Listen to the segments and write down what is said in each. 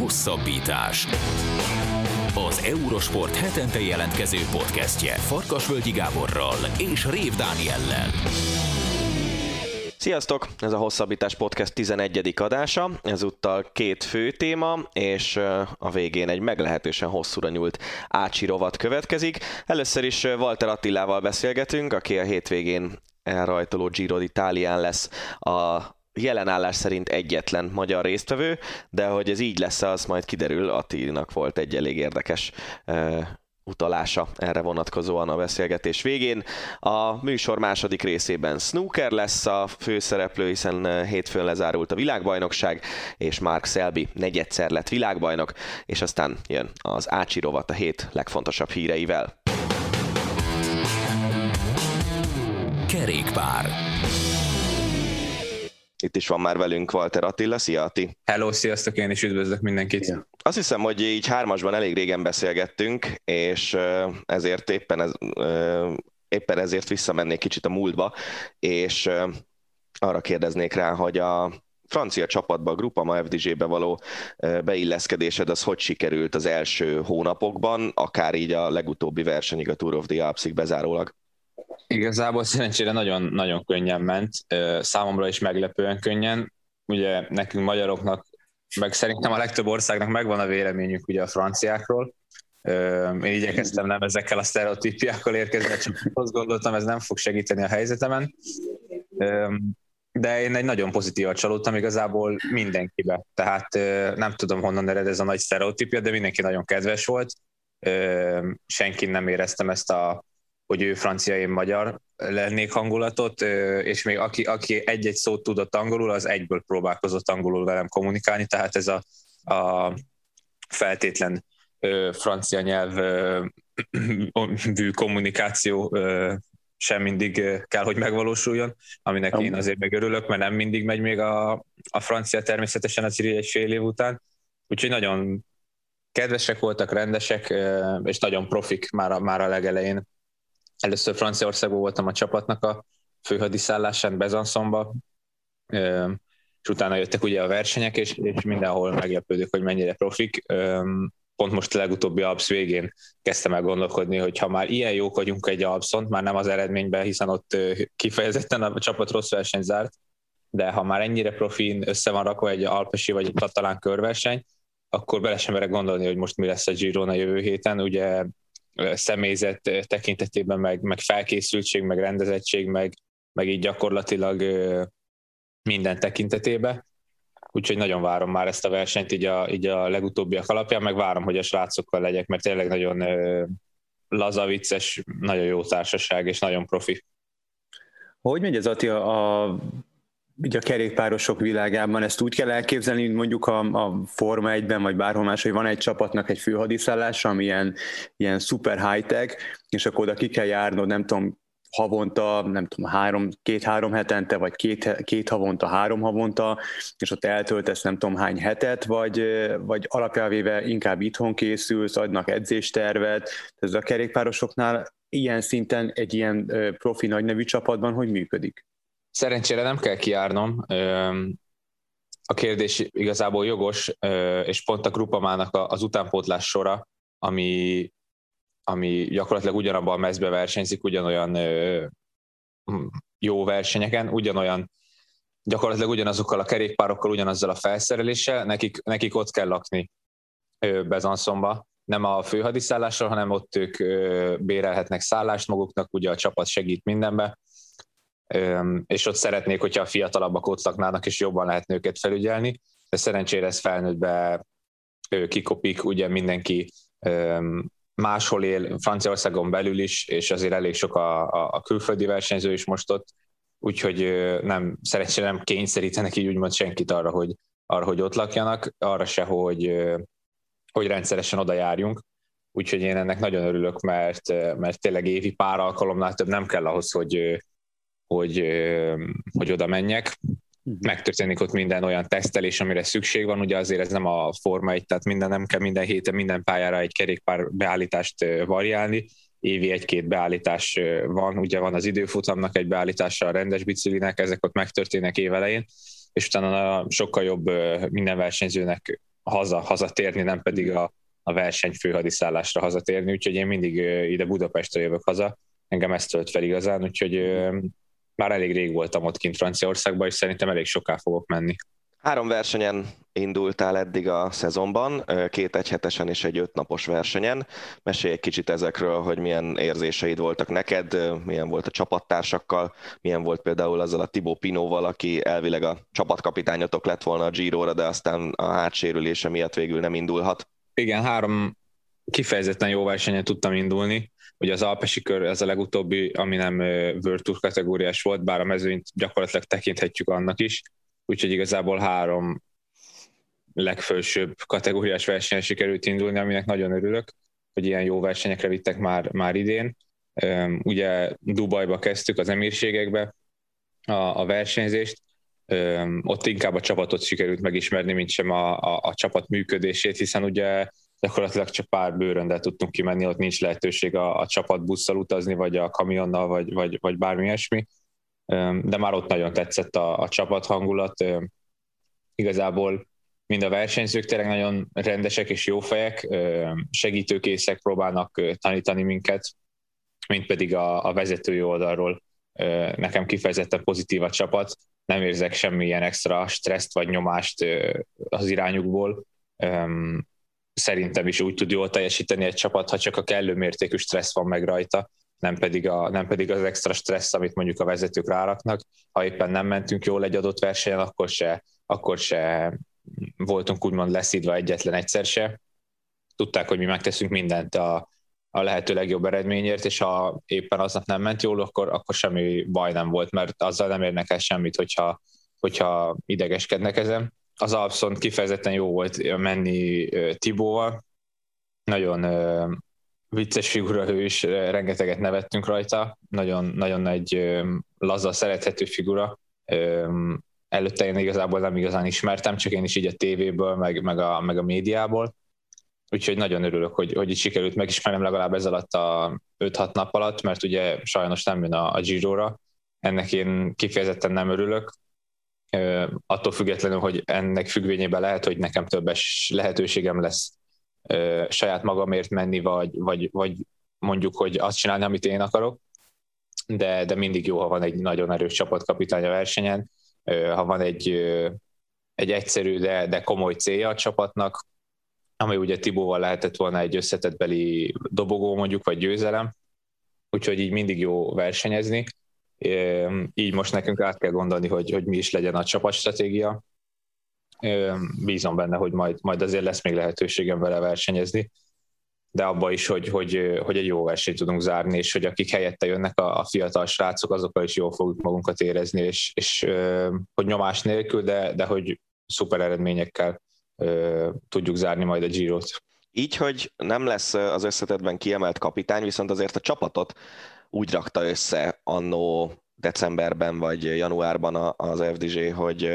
Hosszabbítás. Az Eurosport hetente jelentkező podcastje Farkasvölgyi Gáborral és Rév Dániellel. Sziasztok! Ez a Hosszabbítás podcast 11. adása, ezúttal két fő téma, és a végén egy meglehetősen hosszúra nyúlt Ácsi rovat következik. Először is Walter Attilával beszélgetünk, aki a hétvégén elrajtoló Giro d'Italián lesz a jelen állás szerint egyetlen magyar résztvevő, de hogy ez így lesz, az majd kiderül. Attilának volt egy elég érdekes utalása erre vonatkozóan a beszélgetés végén. A műsor második részében snooker lesz a főszereplő, hiszen hétfőn lezárult a világbajnokság, és Mark Selby negyedszer lett világbajnok, és aztán jön az Ácsi rovat a hét legfontosabb híreivel. Kerékpár. Itt is van már velünk Walter Attila. Szia, Atti! Hello, sziasztok, én is üdvözlök mindenkit! Ja. Azt hiszem, hogy így hármasban elég régen beszélgettünk, és ezért éppen ezért visszamennék kicsit a múltba, és arra kérdeznék rá, hogy a francia csapatba, a Groupama FDJ-be való beilleszkedésed, az hogy sikerült az első hónapokban, akár így a legutóbbi versenyig, a Tour of the Alpsig bezárólag? Igazából szerencsére nagyon könnyen ment, számomra is meglepően könnyen. Ugye nekünk magyaroknak, meg szerintem a legtöbb országnak megvan a véleményük ugye a franciákról. Én igyekeztem nem ezekkel a sztereotípiákkal érkezni, csak azt gondoltam, ez nem fog segíteni a helyzetemen. De én egy nagyon pozitívat csalódtam igazából mindenkibe. Tehát nem tudom, honnan ered ez a nagy sztereotípia, de mindenki nagyon kedves volt. Senki nem éreztem ezt hogy ő francia, én magyar lennék hangulatot, és még aki egy-egy szót tudott angolul, az egyből próbálkozott angolul velem kommunikálni, tehát ez a feltétlen francia nyelvű kommunikáció sem mindig kell, hogy megvalósuljon, aminek én azért megörülök, mert nem mindig megy még a francia természetesen az egy fél év után, úgyhogy nagyon kedvesek voltak, rendesek, és nagyon profik már a legelején. Először Franciaországban voltam a csapatnak a főhadiszállásán, Besançonba, és utána jöttek ugye a versenyek, és mindenhol meglepődök, hogy mennyire profik. Pont most a legutóbbi Alps végén kezdtem el gondolkodni, hogy ha már ilyen jók vagyunk egy Alpszon, már nem az eredményben, hiszen ott kifejezetten a csapat rossz versenyt zárt, de ha már ennyire profin össze van rakva egy alpesi vagy egy katalán körverseny, akkor bele sem merek gondolni, hogy most mi lesz a Giron a jövő héten. Ugye személyzet tekintetében, meg felkészültség, meg rendezettség, meg így gyakorlatilag minden tekintetében. Úgyhogy nagyon várom már ezt a versenyt így a legutóbbiak alapján, meg várom, hogy a srácokkal legyek, mert tényleg nagyon laza, vicces, nagyon jó társaság, és nagyon profi. Hogy megy ez, Atti, a kerékpárosok világában? Ezt úgy kell elképzelni, mint mondjuk a Forma 1-ben, vagy bárhol más, hogy van egy csapatnak egy főhadiszállása, ami ilyen szuper high-tech, és akkor oda ki kell járnod, nem tudom, havonta, nem tudom, két-három hetente, vagy két havonta, 3 havonta, és ott eltöltesz nem tudom hány hetet, vagy alapjávéve inkább itthon készülsz, adnak edzéstervet. Ez a kerékpárosoknál ilyen szinten egy ilyen profi nagynevű csapatban hogy működik? Szerencsére nem kell kijárnom. A kérdés igazából jogos, és pont a Groupamának az utánpótlás sora, ami gyakorlatilag ugyanabban a mezbe versenyzik, ugyanolyan jó versenyeken, gyakorlatilag ugyanazokkal a kerékpárokkal, ugyanazzal a felszereléssel, nekik ott kell lakni Besançonba, nem a főhadiszállással, hanem ott ők bérelhetnek szállást maguknak, ugye a csapat segít mindenbe, és ott szeretnék, hogyha a fiatalabbak ott laknának, és jobban lehetne őket felügyelni, de szerencsére ez felnőttbe kikopik, ugye mindenki máshol él, Franciaországon belül is, és azért elég sok a külföldi versenyző is most ott, úgyhogy szerencsére nem kényszerítenek így úgymond senkit arra, hogy ott lakjanak, arra se, hogy rendszeresen oda járjunk. Úgyhogy én ennek nagyon örülök, mert tényleg évi pár alkalomnál több nem kell ahhoz, hogy oda menjek. Megtörténik ott minden olyan tesztelés, amire szükség van, ugye azért ez nem a Forma 1, tehát nem kell minden héten minden pályára egy kerékpár beállítást variálni, évi 1-2 beállítás van, ugye van az időfutamnak egy beállítása, a rendes biciklinek, ezek ott megtörténnek évelején, és utána sokkal jobb minden versenyzőnek hazatérni, nem pedig a verseny főhadiszállásra hazatérni, úgyhogy én mindig ide Budapestre jövök haza, engem ezt tölt fel igazán, úgyhogy már elég rég voltam ott kint Franciaországban, és szerintem elég soká fogok menni. 3 versenyen indultál eddig a szezonban, 2 egyhetesen és egy 5 napos versenyen. Mesélj egy kicsit ezekről, hogy milyen érzéseid voltak neked, milyen volt a csapattársakkal, milyen volt például azzal a Thibaut Pinotval, aki elvileg a csapatkapitányotok lett volna a Girora, de aztán a hátsérülése miatt végül nem indulhat. Igen, 3 kifejezetten jó versenyen tudtam indulni. Ugye az alpesi kör, ez a legutóbbi, ami nem World Tour kategóriás volt, bár a mezőnyt gyakorlatilag tekinthetjük annak is, úgyhogy igazából 3 legfelsőbb kategóriás versenyen sikerült indulni, aminek nagyon örülök, hogy ilyen jó versenyekre vittek már idén. Ugye Dubajba kezdtük, az Emírségekbe a versenyzést, ott inkább a csapatot sikerült megismerni, mint sem a csapat működését, hiszen ugye gyakorlatilag csak pár bőröndel tudtunk kimenni, ott nincs lehetőség a csapatbusszal utazni, vagy a kamionnal, vagy bármi ilyesmi. De már ott nagyon tetszett a csapat hangulat. Igazából mind a versenyzők tényleg nagyon rendesek és jó fejek, segítőkészek, próbálnak tanítani minket, mint pedig a vezetői oldalról nekem kifejezetten pozitív a csapat. Nem érzek semmilyen extra stresszt vagy nyomást az irányukból. Szerintem is úgy tud jól teljesíteni egy csapat, ha csak a kellő mértékű stressz van meg rajta, nem pedig az extra stressz, amit mondjuk a vezetők ráraknak. Ha éppen nem mentünk jól egy adott versenyen, akkor se voltunk úgymond leszídva egyetlen egyszer se. Tudták, hogy mi megteszünk mindent a lehető legjobb eredményért, és ha éppen aznap nem ment jól, akkor semmi baj nem volt, mert azzal nem érnek el semmit, hogyha idegeskednek ezen. Az Alpszon kifejezetten jó volt menni Thibautval, nagyon vicces figura ő is, rengeteget nevettünk rajta, nagyon egy laza, szerethető figura. Előtte én igazából nem igazán ismertem, csak én is így a tévéből, meg a médiából. Úgyhogy nagyon örülök, hogy itt sikerült megismernem legalább ez alatt a 5-6 nap alatt, mert ugye sajnos nem jön a Girora. Ennek én kifejezetten nem örülök. Attól függetlenül, hogy ennek függvényében lehet, hogy nekem több lehetőségem lesz saját magamért menni, vagy mondjuk, hogy azt csinálni, amit én akarok. De mindig jó, ha van egy nagyon erős csapatkapitány a versenyen, ha van egy egyszerű, de komoly célja a csapatnak, ami ugye Thibautval lehetett volna egy összetettbeli dobogó mondjuk, vagy győzelem, úgyhogy így mindig jó versenyezni. Így most nekünk át kell gondolni, hogy mi is legyen a csapatstratégia. Bízom benne, hogy majd azért lesz még lehetőségem vele versenyezni, de abba is, hogy egy jó versenyt tudunk zárni, és hogy akik helyette jönnek a fiatal srácok, azokkal is jól fogjuk magunkat érezni, és hogy nyomás nélkül, de hogy szuper eredményekkel tudjuk zárni majd a Girot. Így, hogy nem lesz az összetettben kiemelt kapitány, viszont azért a csapatot úgy rakta össze annó decemberben vagy januárban az FDG,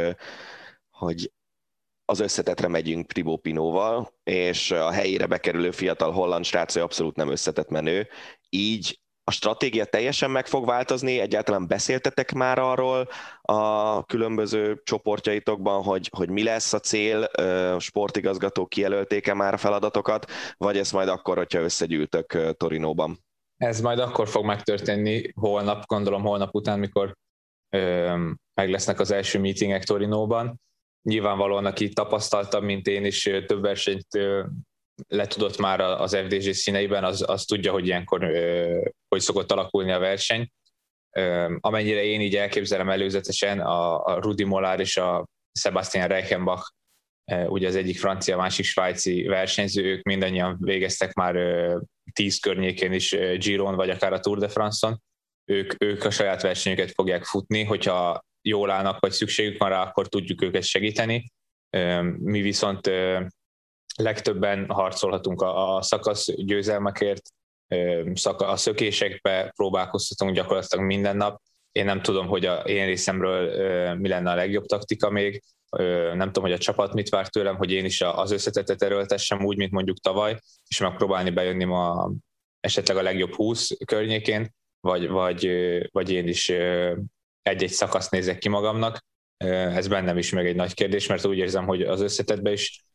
hogy az összetettre megyünk Thibaut Pinotval, és a helyére bekerülő fiatal holland srác abszolút nem összetett menő. Így a stratégia teljesen meg fog változni? Egyáltalán beszéltetek már arról a különböző csoportjaitokban, hogy mi lesz a cél? Sportigazgatók kijelölték-e már a feladatokat, vagy ez majd akkor, hogyha összegyűltök Torinóban? Ez majd akkor fog megtörténni, gondolom holnap után, mikor meg lesznek az első meetingek Torinóban. Nyilvánvalóan, aki tapasztaltabb, mint én is, több versenyt letudott már az FDG színeiben, az tudja, hogy ilyenkor hogy szokott alakulni a verseny. Amennyire én így elképzelem előzetesen, a Rudi Mollár és a Sebastian Reichenbach, ugye az egyik francia, másik svájci versenyző, ők mindannyian végeztek már 10 környékén is Giron, vagy akár a Tour de France-on. Ők a saját versenyüket fogják futni, hogyha jól állnak, vagy szükségük van rá, akkor tudjuk őket segíteni. Mi viszont legtöbben harcolhatunk a szakasz győzelmekért, a szökésekbe próbálkoztatunk gyakorlatilag minden nap. Én nem tudom, hogy én részemről mi lenne a legjobb taktika még, nem tudom, hogy a csapat mit vár tőlem, hogy én is az összetettet erőltessem úgy, mint mondjuk tavaly, és megpróbálni bejönni ma esetleg a legjobb 20 környékén, vagy én is egy-egy szakaszt nézek ki magamnak. Ez bennem is meg egy nagy kérdés, mert úgy érzem, hogy az összetettben is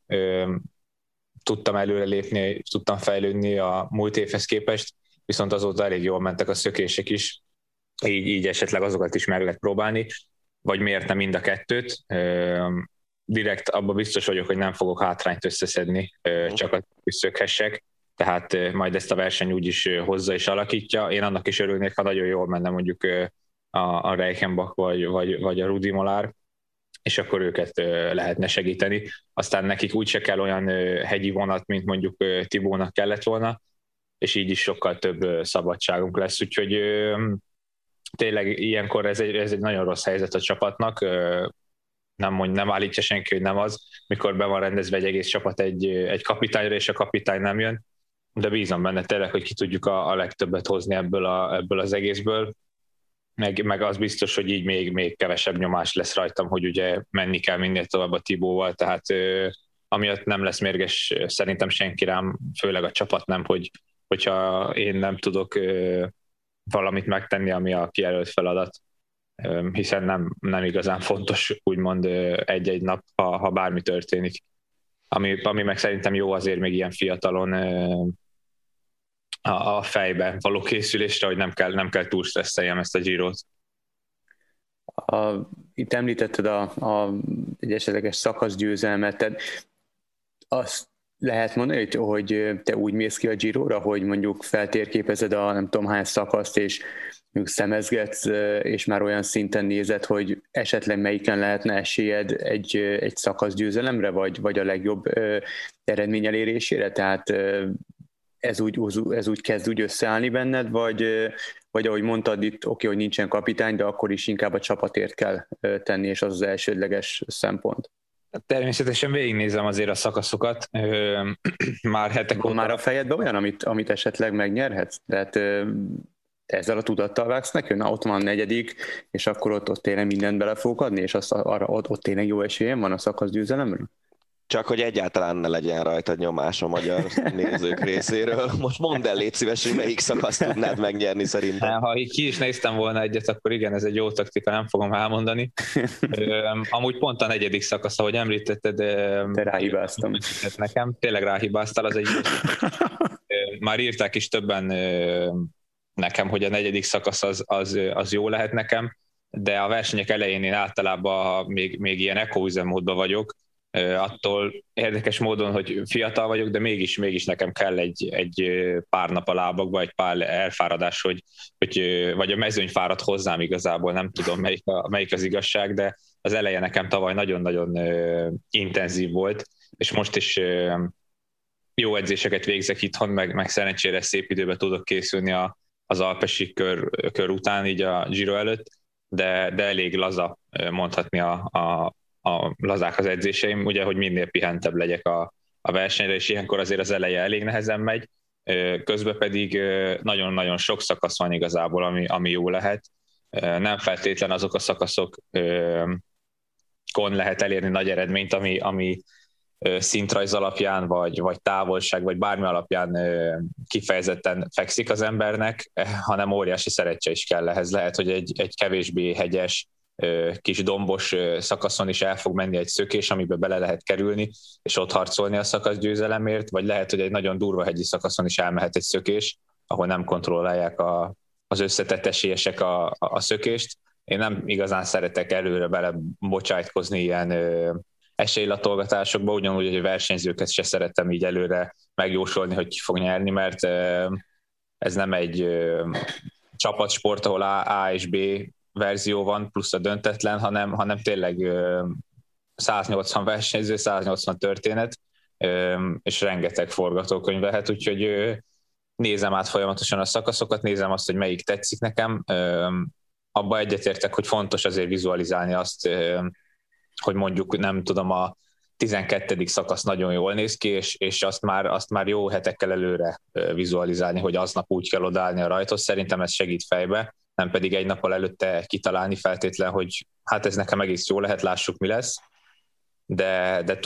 tudtam előrelépni, tudtam fejlődni a múlt évhez képest, viszont azóta elég jól mentek a szökések is, így esetleg azokat is meg lehet próbálni, vagy miért nem mind a kettőt. Direkt abban biztos vagyok, hogy nem fogok hátrányt összeszedni, csak a szökhessek, tehát majd ezt a verseny úgyis hozza és alakítja. Én annak is örülnék, ha nagyon jól menne mondjuk a Reichenbach vagy a Rudi Mollár, és akkor őket lehetne segíteni. Aztán nekik úgyse kell olyan hegyi vonat, mint mondjuk Tibónak kellett volna, és így is sokkal több szabadságunk lesz. Úgyhogy tényleg ilyenkor ez egy nagyon rossz helyzet a csapatnak. Nem állítja senki, hogy nem az, mikor be van rendezve egy egész csapat egy kapitányra, és a kapitány nem jön, de bízom benne tényleg, hogy ki tudjuk a legtöbbet hozni ebből az egészből. Meg az biztos, hogy így még kevesebb nyomás lesz rajtam, hogy ugye menni kell minél tovább a Tibóval, tehát amiatt nem lesz mérges szerintem senki rám, főleg a csapat nem, hogyha én nem tudok valamit megtenni, ami a kijelölt feladat, hiszen nem igazán fontos úgymond egy-egy nap, ha bármi történik. Ami meg szerintem jó azért még ilyen fiatalon a fejbe való készülésre, hogy nem kell túl stresszeljem ezt a Girot. Itt említetted egy esetleges szakaszgyőzelmet, tehát azt lehet mondani, hogy te úgy mész ki a Girora, hogy mondjuk feltérképezed a nem tudom hány szakaszt, és szemezgetsz, és már olyan szinten nézed, hogy esetleg melyiken lehetne esélyed egy szakaszgyőzelemre, vagy a legjobb eredmény elérésére, tehát ez úgy kezd úgy összeállni benned, vagy ahogy mondtad itt, oké, hogy nincsen kapitány, de akkor is inkább a csapatért kell tenni, és az elsődleges szempont. Természetesen végignézem azért a szakaszokat, már hetek óta. Már a fejedben olyan, amit esetleg megnyerhetsz? Tehát te ezzel a tudattal vágsz neki, na ott van a 4., és akkor ott tényleg mindent bele fogok adni, és ott tényleg jó esélyem van a szakaszgyőzelemre? Csak hogy egyáltalán ne legyen rajtad nyomás a magyar nézők részéről. Most mondd el, légy szíves, hogy melyik szakaszt tudnád megnyerni szerintem. Ha ki is néztem volna egyet, akkor igen, ez egy jó taktika, nem fogom elmondani. Amúgy pont a 4. szakasz, ahogy említetted. Te ráhibáztam. Nekem, tényleg ráhibáztál, az egy már írták is többen nekem, hogy a 4. szakasz az jó lehet nekem, de a versenyek elején én általában még ilyen ekoüzemmódban vagyok, attól érdekes módon, hogy fiatal vagyok, de mégis nekem kell egy pár nap a lábakba, egy pár elfáradás, vagy a mezőny fárad hozzám igazából, nem tudom melyik az igazság, de az eleje nekem tavaly nagyon-nagyon intenzív volt, és most is jó edzéseket végzek itthon, meg szerencsére szép időben tudok készülni az alpesi kör után, így a Giro előtt, de elég laza mondhatni a lazák az edzéseim, ugye, hogy minél pihentebb legyek a versenyre, és ilyenkor azért az eleje elég nehezen megy, közben pedig nagyon-nagyon sok szakasz van igazából, ami jó lehet. Nem feltétlen azok a szakaszokon lehet elérni nagy eredményt, ami szintrajz alapján, vagy távolság, vagy bármi alapján kifejezetten fekszik az embernek, hanem óriási szerencse is kell ehhez. Lehet, hogy egy kevésbé hegyes, kis dombos szakaszon is el fog menni egy szökés, amiben bele lehet kerülni, és ott harcolni a szakaszgyőzelemért, vagy lehet, hogy egy nagyon durva hegyi szakaszon is elmehet egy szökés, ahol nem kontrollálják az összetett esélyesek a szökést. Én nem igazán szeretek előre bele bocsájtkozni ilyen esélylatolgatásokba, ugyanúgy, hogy a versenyzőket se szeretem így előre megjósolni, hogy ki fog nyerni, mert ez nem egy csapatsport, ahol A és B verzió van, plusz a döntetlen, hanem tényleg 180 versenyző, 180 történet, és rengeteg forgatókönyv lehet, úgyhogy nézem át folyamatosan a szakaszokat, nézem azt, hogy melyik tetszik nekem. Abba egyetértek, hogy fontos azért vizualizálni azt, hogy mondjuk nem tudom, a 12. szakasz nagyon jól néz ki, és azt már jó hetekkel előre vizualizálni, hogy aznap úgy kell odaállni a rajthoz. Szerintem ez segít fejbe, nem pedig egy nappal előtte kitalálni feltétlen, hogy hát ez nekem egész jó lehet, lássuk mi lesz, de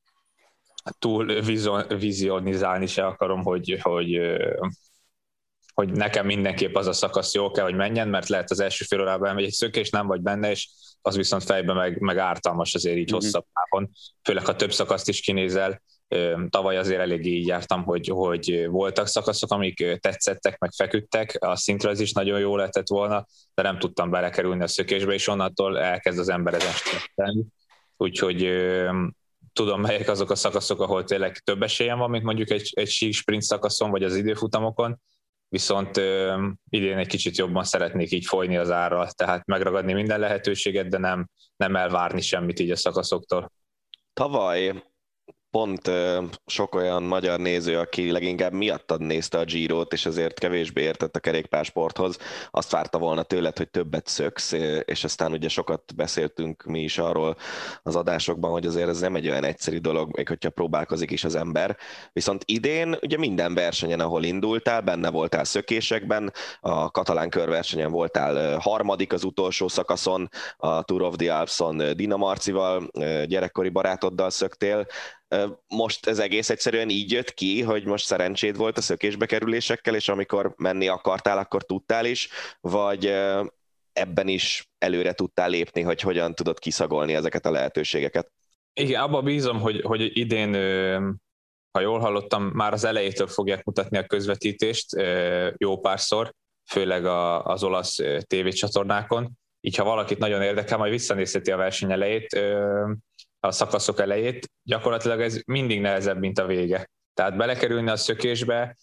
túl vizionizálni se akarom, hogy hogy nekem mindenképp az a szakasz jó kell, hogy menjen, mert lehet az első fél órában elmegy egy szökés, nem vagy benne, és az viszont fejben meg ártalmas azért így hosszabb távon, főleg ha több szakaszt is kinézel. Tavaly azért eléggé így jártam, hogy voltak szakaszok, amik tetszettek, meg feküdtek, a szintre is nagyon jó lehetett volna, de nem tudtam belekerülni a szökésbe, és onnantól elkezd az ember ezen stresszelni. Úgyhogy tudom, melyek azok a szakaszok, ahol tényleg több esélyem van, mint mondjuk egy sík sprint szakaszon, vagy az időfutamokon, viszont idén egy kicsit jobban szeretnék így folyni az árral, tehát megragadni minden lehetőséget, de nem elvárni semmit így a szakaszoktól. Tavaly pont sok olyan magyar néző, aki leginkább miattad nézte a Girót, és ezért kevésbé értett a kerékpársporthoz, azt várta volna tőled, hogy többet szöksz, és aztán ugye sokat beszéltünk mi is arról az adásokban, hogy azért ez nem egy olyan egyszerű dolog, még hogyha próbálkozik is az ember. Viszont idén ugye minden versenyen, ahol indultál, benne voltál szökésekben, a katalán körversenyen voltál harmadik az utolsó szakaszon, a Tour of the Alpson Dina Marcival, gyerekkori barátoddal szöktél. Most ez egész egyszerűen így jött ki, hogy most szerencséd volt a szökésbe kerülésekkel, és amikor menni akartál, akkor tudtál is, vagy ebben is előre tudtál lépni, hogy hogyan tudod kiszagolni ezeket a lehetőségeket? Igen, abban bízom, hogy idén, ha jól hallottam, már az elejétől fogják mutatni a közvetítést jó párszor, főleg az olasz tévécsatornákon. Így ha valakit nagyon érdekel, majd visszanézheti a verseny elejét, a szakaszok elejét, gyakorlatilag ez mindig nehezebb, mint a vége. Tehát belekerülni a szökésbe,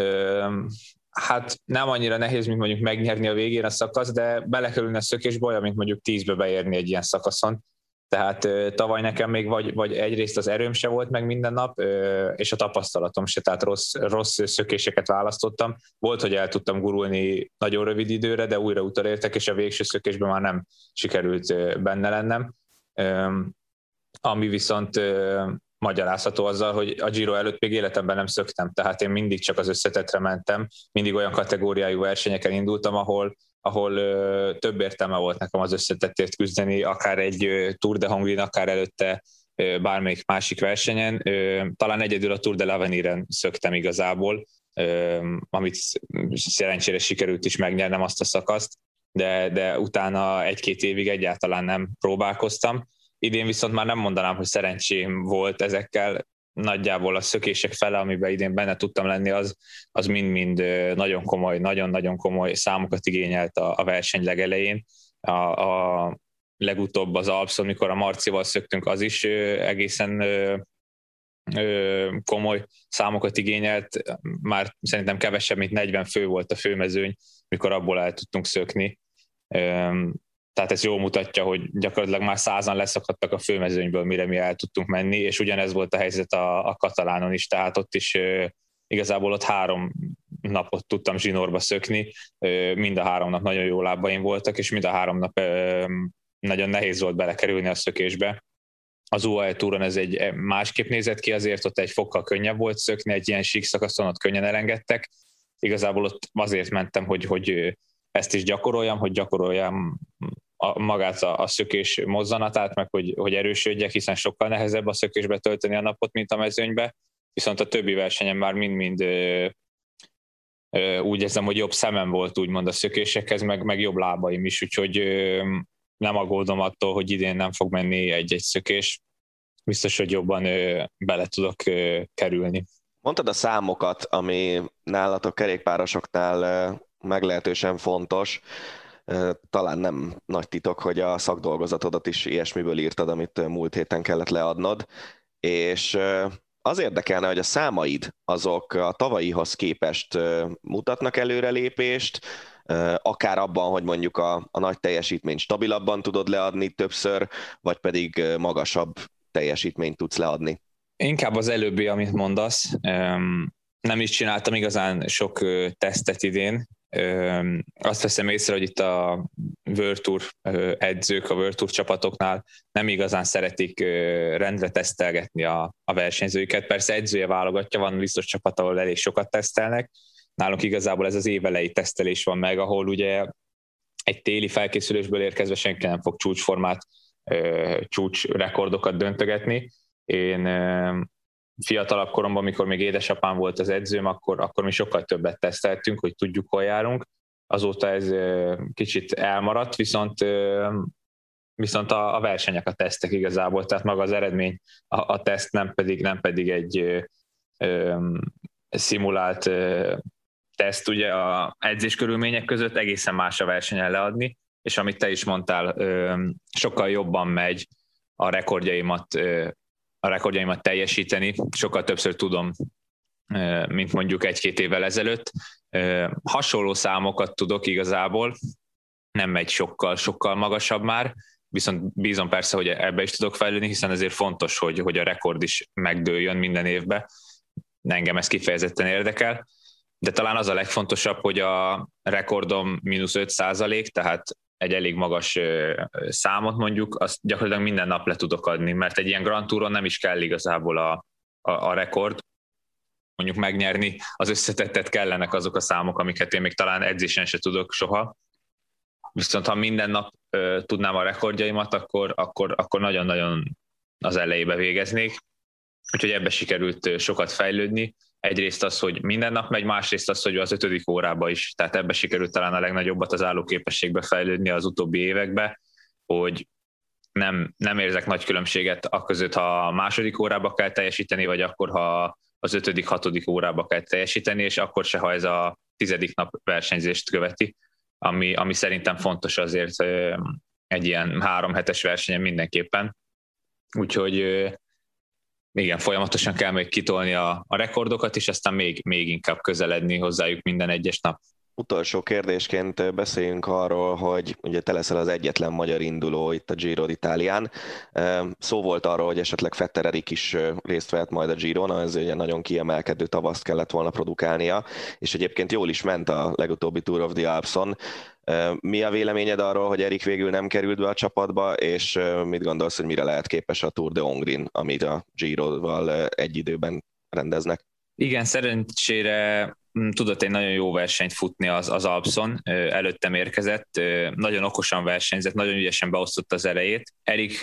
hát nem annyira nehéz, mint mondjuk megnyerni a végén a szakasz, de belekerülni a szökésbe olyan, mint mondjuk 10-be beérni egy ilyen szakaszon. Tehát tavaly nekem még vagy egyrészt az erőm se volt meg minden nap, és a tapasztalatom se, tehát rossz szökéseket választottam. Volt, hogy el tudtam gurulni nagyon rövid időre, de újra utolértek, és a végső szökésben már nem sikerült benne lennem. Ami viszont magyarázható azzal, hogy a Giro előtt még életemben nem szöktem, tehát én mindig csak az összetettre mentem, mindig olyan kategóriájú versenyeken indultam, ahol több értelme volt nekem az összetettért küzdeni, akár egy Tour de Hongrin, akár előtte bármelyik másik versenyen. Talán egyedül a Tour de l'Avenir-en szöktem igazából, amit szerencsére sikerült is megnyernem azt a szakaszt, de utána 1-2 évig egyáltalán nem próbálkoztam. Idén viszont már nem mondanám, hogy szerencsém volt ezekkel, nagyjából a szökések fele, amiben idén benne tudtam lenni, az mind-mind nagyon-nagyon komoly számokat igényelt a verseny legelején. A legutóbb az Alpson, mikor a Marcival szöktünk, az is egészen komoly számokat igényelt, már szerintem kevesebb, mint 40 fő volt a főmezőny, mikor abból el tudtunk szökni. Tehát ez jól mutatja, hogy gyakorlatilag már 100-an leszakadtak a főmezőnyből, mire mi el tudtunk menni, és ugyanez volt a helyzet a Katalánon is, tehát ott is igazából ott 3 napot tudtam zsinórba szökni, mind a 3 nap nagyon jó lábaim voltak, és mind a 3 nap nagyon nehéz volt belekerülni a szökésbe. Az UAE Touron ez egy másképp nézett ki, azért ott egy fokkal könnyebb volt szökni, egy ilyen sík szakaszon ott könnyen elengedtek. Igazából ott azért mentem, hogy ezt is gyakoroltam, magát a szökés mozzanatát, meg hogy erősödjek, hiszen sokkal nehezebb a szökésbe tölteni a napot, mint a mezőnybe, viszont a többi versenyen már mind-mind úgy érzem, hogy jobb szemem volt úgymond a szökésekhez, meg jobb lábaim is, úgyhogy nem aggódom attól, hogy idén nem fog menni egy-egy szökés, biztos, hogy jobban bele tudok kerülni. Mondtad a számokat, ami nálatok kerékpárosoknál meglehetősen fontos. Talán nem nagy titok, hogy a szakdolgozatodat is ilyesmiből írtad, amit múlt héten kellett leadnod, és az érdekelne, hogy a számaid azok a tavalyihoz képest mutatnak előrelépést, akár abban, hogy mondjuk a nagy teljesítményt stabilabban tudod leadni többször, vagy pedig magasabb teljesítményt tudsz leadni. Inkább az előbbi, amit mondasz. Nem is csináltam igazán sok tesztet idén. Azt veszem észre, hogy itt a World Tour edzők, a World Tour csapatoknál nem igazán szeretik rendre tesztelgetni a versenyzőiket. Persze edzője válogatja, van biztos csapat, ahol elég sokat tesztelnek. Nálunk igazából ez az évelei tesztelés van meg, ahol ugye egy téli felkészülésből érkezve senki nem fog csúcsformát, csúcsrekordokat döntögetni. Én fiatalabb koromban, amikor még édesapám volt az edzőm, akkor mi sokkal többet teszteltünk, hogy tudjuk, hol járunk. Azóta ez kicsit elmaradt, viszont a versenyek a tesztek igazából, tehát maga az eredmény a teszt, nem pedig egy szimulált teszt, ugye a edzés körülmények között egészen más a versenyen leadni, és amit te is mondtál, sokkal jobban megy a rekordjaimat teljesíteni, sokkal többször tudom, mint mondjuk 1-2 évvel ezelőtt. Hasonló számokat tudok igazából, nem megy sokkal magasabb már, viszont bízom persze, hogy ebbe is tudok fejlődni, hiszen ezért fontos, hogy a rekord is megdőljön minden évben. Engem ez kifejezetten érdekel, de talán az a legfontosabb, hogy a rekordom -5%, tehát egy elég magas számot mondjuk, azt gyakorlatilag minden nap le tudok adni, mert egy ilyen Grand Touron nem is kell igazából a rekord, mondjuk megnyerni, az összetettet kellenek azok a számok, amiket én még talán edzésen se tudok soha. Viszont ha minden nap tudnám a rekordjaimat, akkor nagyon-nagyon az elejébe végeznék. Úgyhogy ebbe sikerült sokat fejlődni. Egyrészt az, hogy minden nap megy, másrészt az, hogy az 5. órába is. Tehát ebbe sikerült talán a legnagyobbat az állóképességbe fejlődni az utóbbi években, hogy nem érzek nagy különbséget akközött, ha a 2. órába kell teljesíteni, vagy akkor, ha az 5., 6. órába kell teljesíteni, és akkor se, ha ez a 10. nap versenyzést követi, ami szerintem fontos azért egy ilyen 3 hetes versenyen mindenképpen. Úgyhogy igen, folyamatosan kell még kitolni a rekordokat, és aztán még inkább közeledni hozzájuk minden egyes nap. Utolsó kérdésként beszéljünk arról, hogy ugye te leszel az egyetlen magyar induló itt a Giro d'Italián. Szó volt arról, hogy esetleg Vetter Erik is részt vehet majd a Giron, ez ugye nagyon kiemelkedő tavaszt kellett volna produkálnia, és egyébként jól is ment a legutóbbi Tour of the Alpson. Mi a véleményed arról, hogy Erik végül nem került be a csapatba, és mit gondolsz, hogy mire lehet képes a Tour de Hongrin, amit a Giroval egy időben rendeznek? Igen, szerencsére tudott egy nagyon jó versenyt futni az Alpson, előttem érkezett, nagyon okosan versenyzett, nagyon ügyesen beosztott az elejét. Erik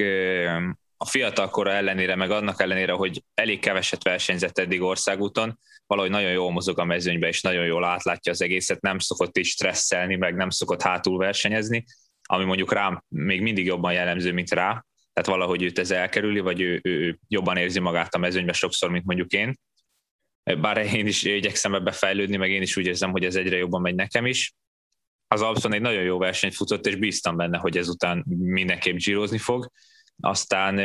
a fiatalkora ellenére, meg annak ellenére, hogy elég keveset versenyzett eddig országúton, valahogy nagyon jól mozog a mezőnybe, és nagyon jól átlátja az egészet, nem szokott is stresszelni, meg nem szokott hátul versenyezni, ami mondjuk rám még mindig jobban jellemző, mint rá, tehát valahogy őt ez elkerüli, vagy ő jobban érzi magát a mezőnybe sokszor, mint mondjuk én. Bár én is igyekszem ebbe fejlődni, meg én is úgy érzem, hogy ez egyre jobban megy nekem is. Az Alpson egy nagyon jó versenyt futott, és bíztam benne, hogy ezután mindenképp girozni fog. Aztán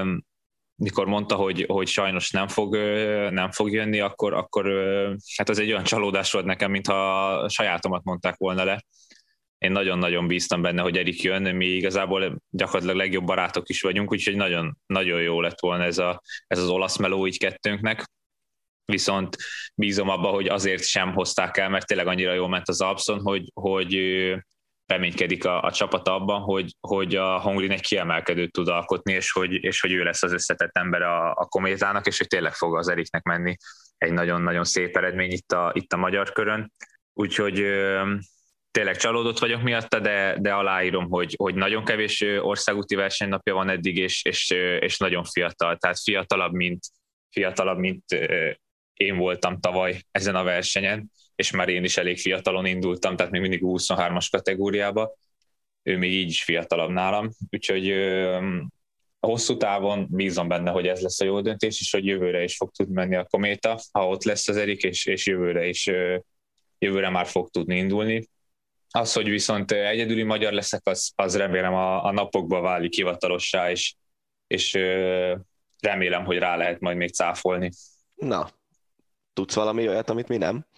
mikor mondta, hogy sajnos nem fog jönni, akkor hát az egy olyan csalódás volt nekem, mintha a sajátomat mondták volna le. Én nagyon-nagyon bíztam benne, hogy Erik jön, mi igazából gyakorlatilag legjobb barátok is vagyunk, úgyhogy nagyon, nagyon jó lett volna ez az olasz meló így kettőnknek. Viszont bízom abba, hogy azért sem hozták el, mert tényleg annyira jól ment az Alpson, hogy reménykedik a csapata abban, hogy a Hongrin egy kiemelkedőt tud alkotni, és hogy ő lesz az összetett ember a Kométának, és hogy tényleg fog az Eriknek menni egy nagyon-nagyon szép eredmény itt a magyar körön. Úgyhogy tényleg csalódott vagyok miatta, de aláírom, hogy nagyon kevés országúti versenynapja van eddig, és nagyon fiatal, tehát fiatalabb, mint én voltam tavaly ezen a versenyen, és már én is elég fiatalon indultam, tehát még mindig 23-as kategóriába. Ő még így is fiatalabb nálam, úgyhogy a hosszú távon bízom benne, hogy ez lesz a jó döntés, és hogy jövőre is fog tudni menni a Kométa, ha ott lesz az Erik, és jövőre már fog tudni indulni. Az, hogy viszont egyedüli magyar leszek, az remélem a napokban válik hivatalossá, és remélem, hogy rá lehet majd még cáfolni. Na, tudsz valami olyat, amit mi nem?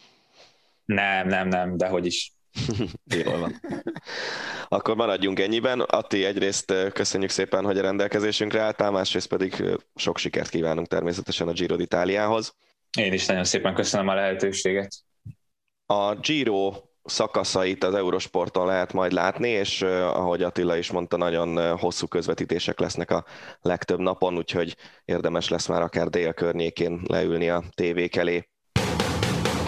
Nem, dehogy is. Jól van. Akkor maradjunk ennyiben. Atti, egyrészt köszönjük szépen, hogy a rendelkezésünkre álltál, másrészt pedig sok sikert kívánunk természetesen a Giro d'Italiához. Én is nagyon szépen köszönöm a lehetőséget. A Giro szakaszait az Eurosporton lehet majd látni, és ahogy Attila is mondta, nagyon hosszú közvetítések lesznek a legtöbb napon, úgyhogy érdemes lesz már akár dél környékén leülni a tévék elé.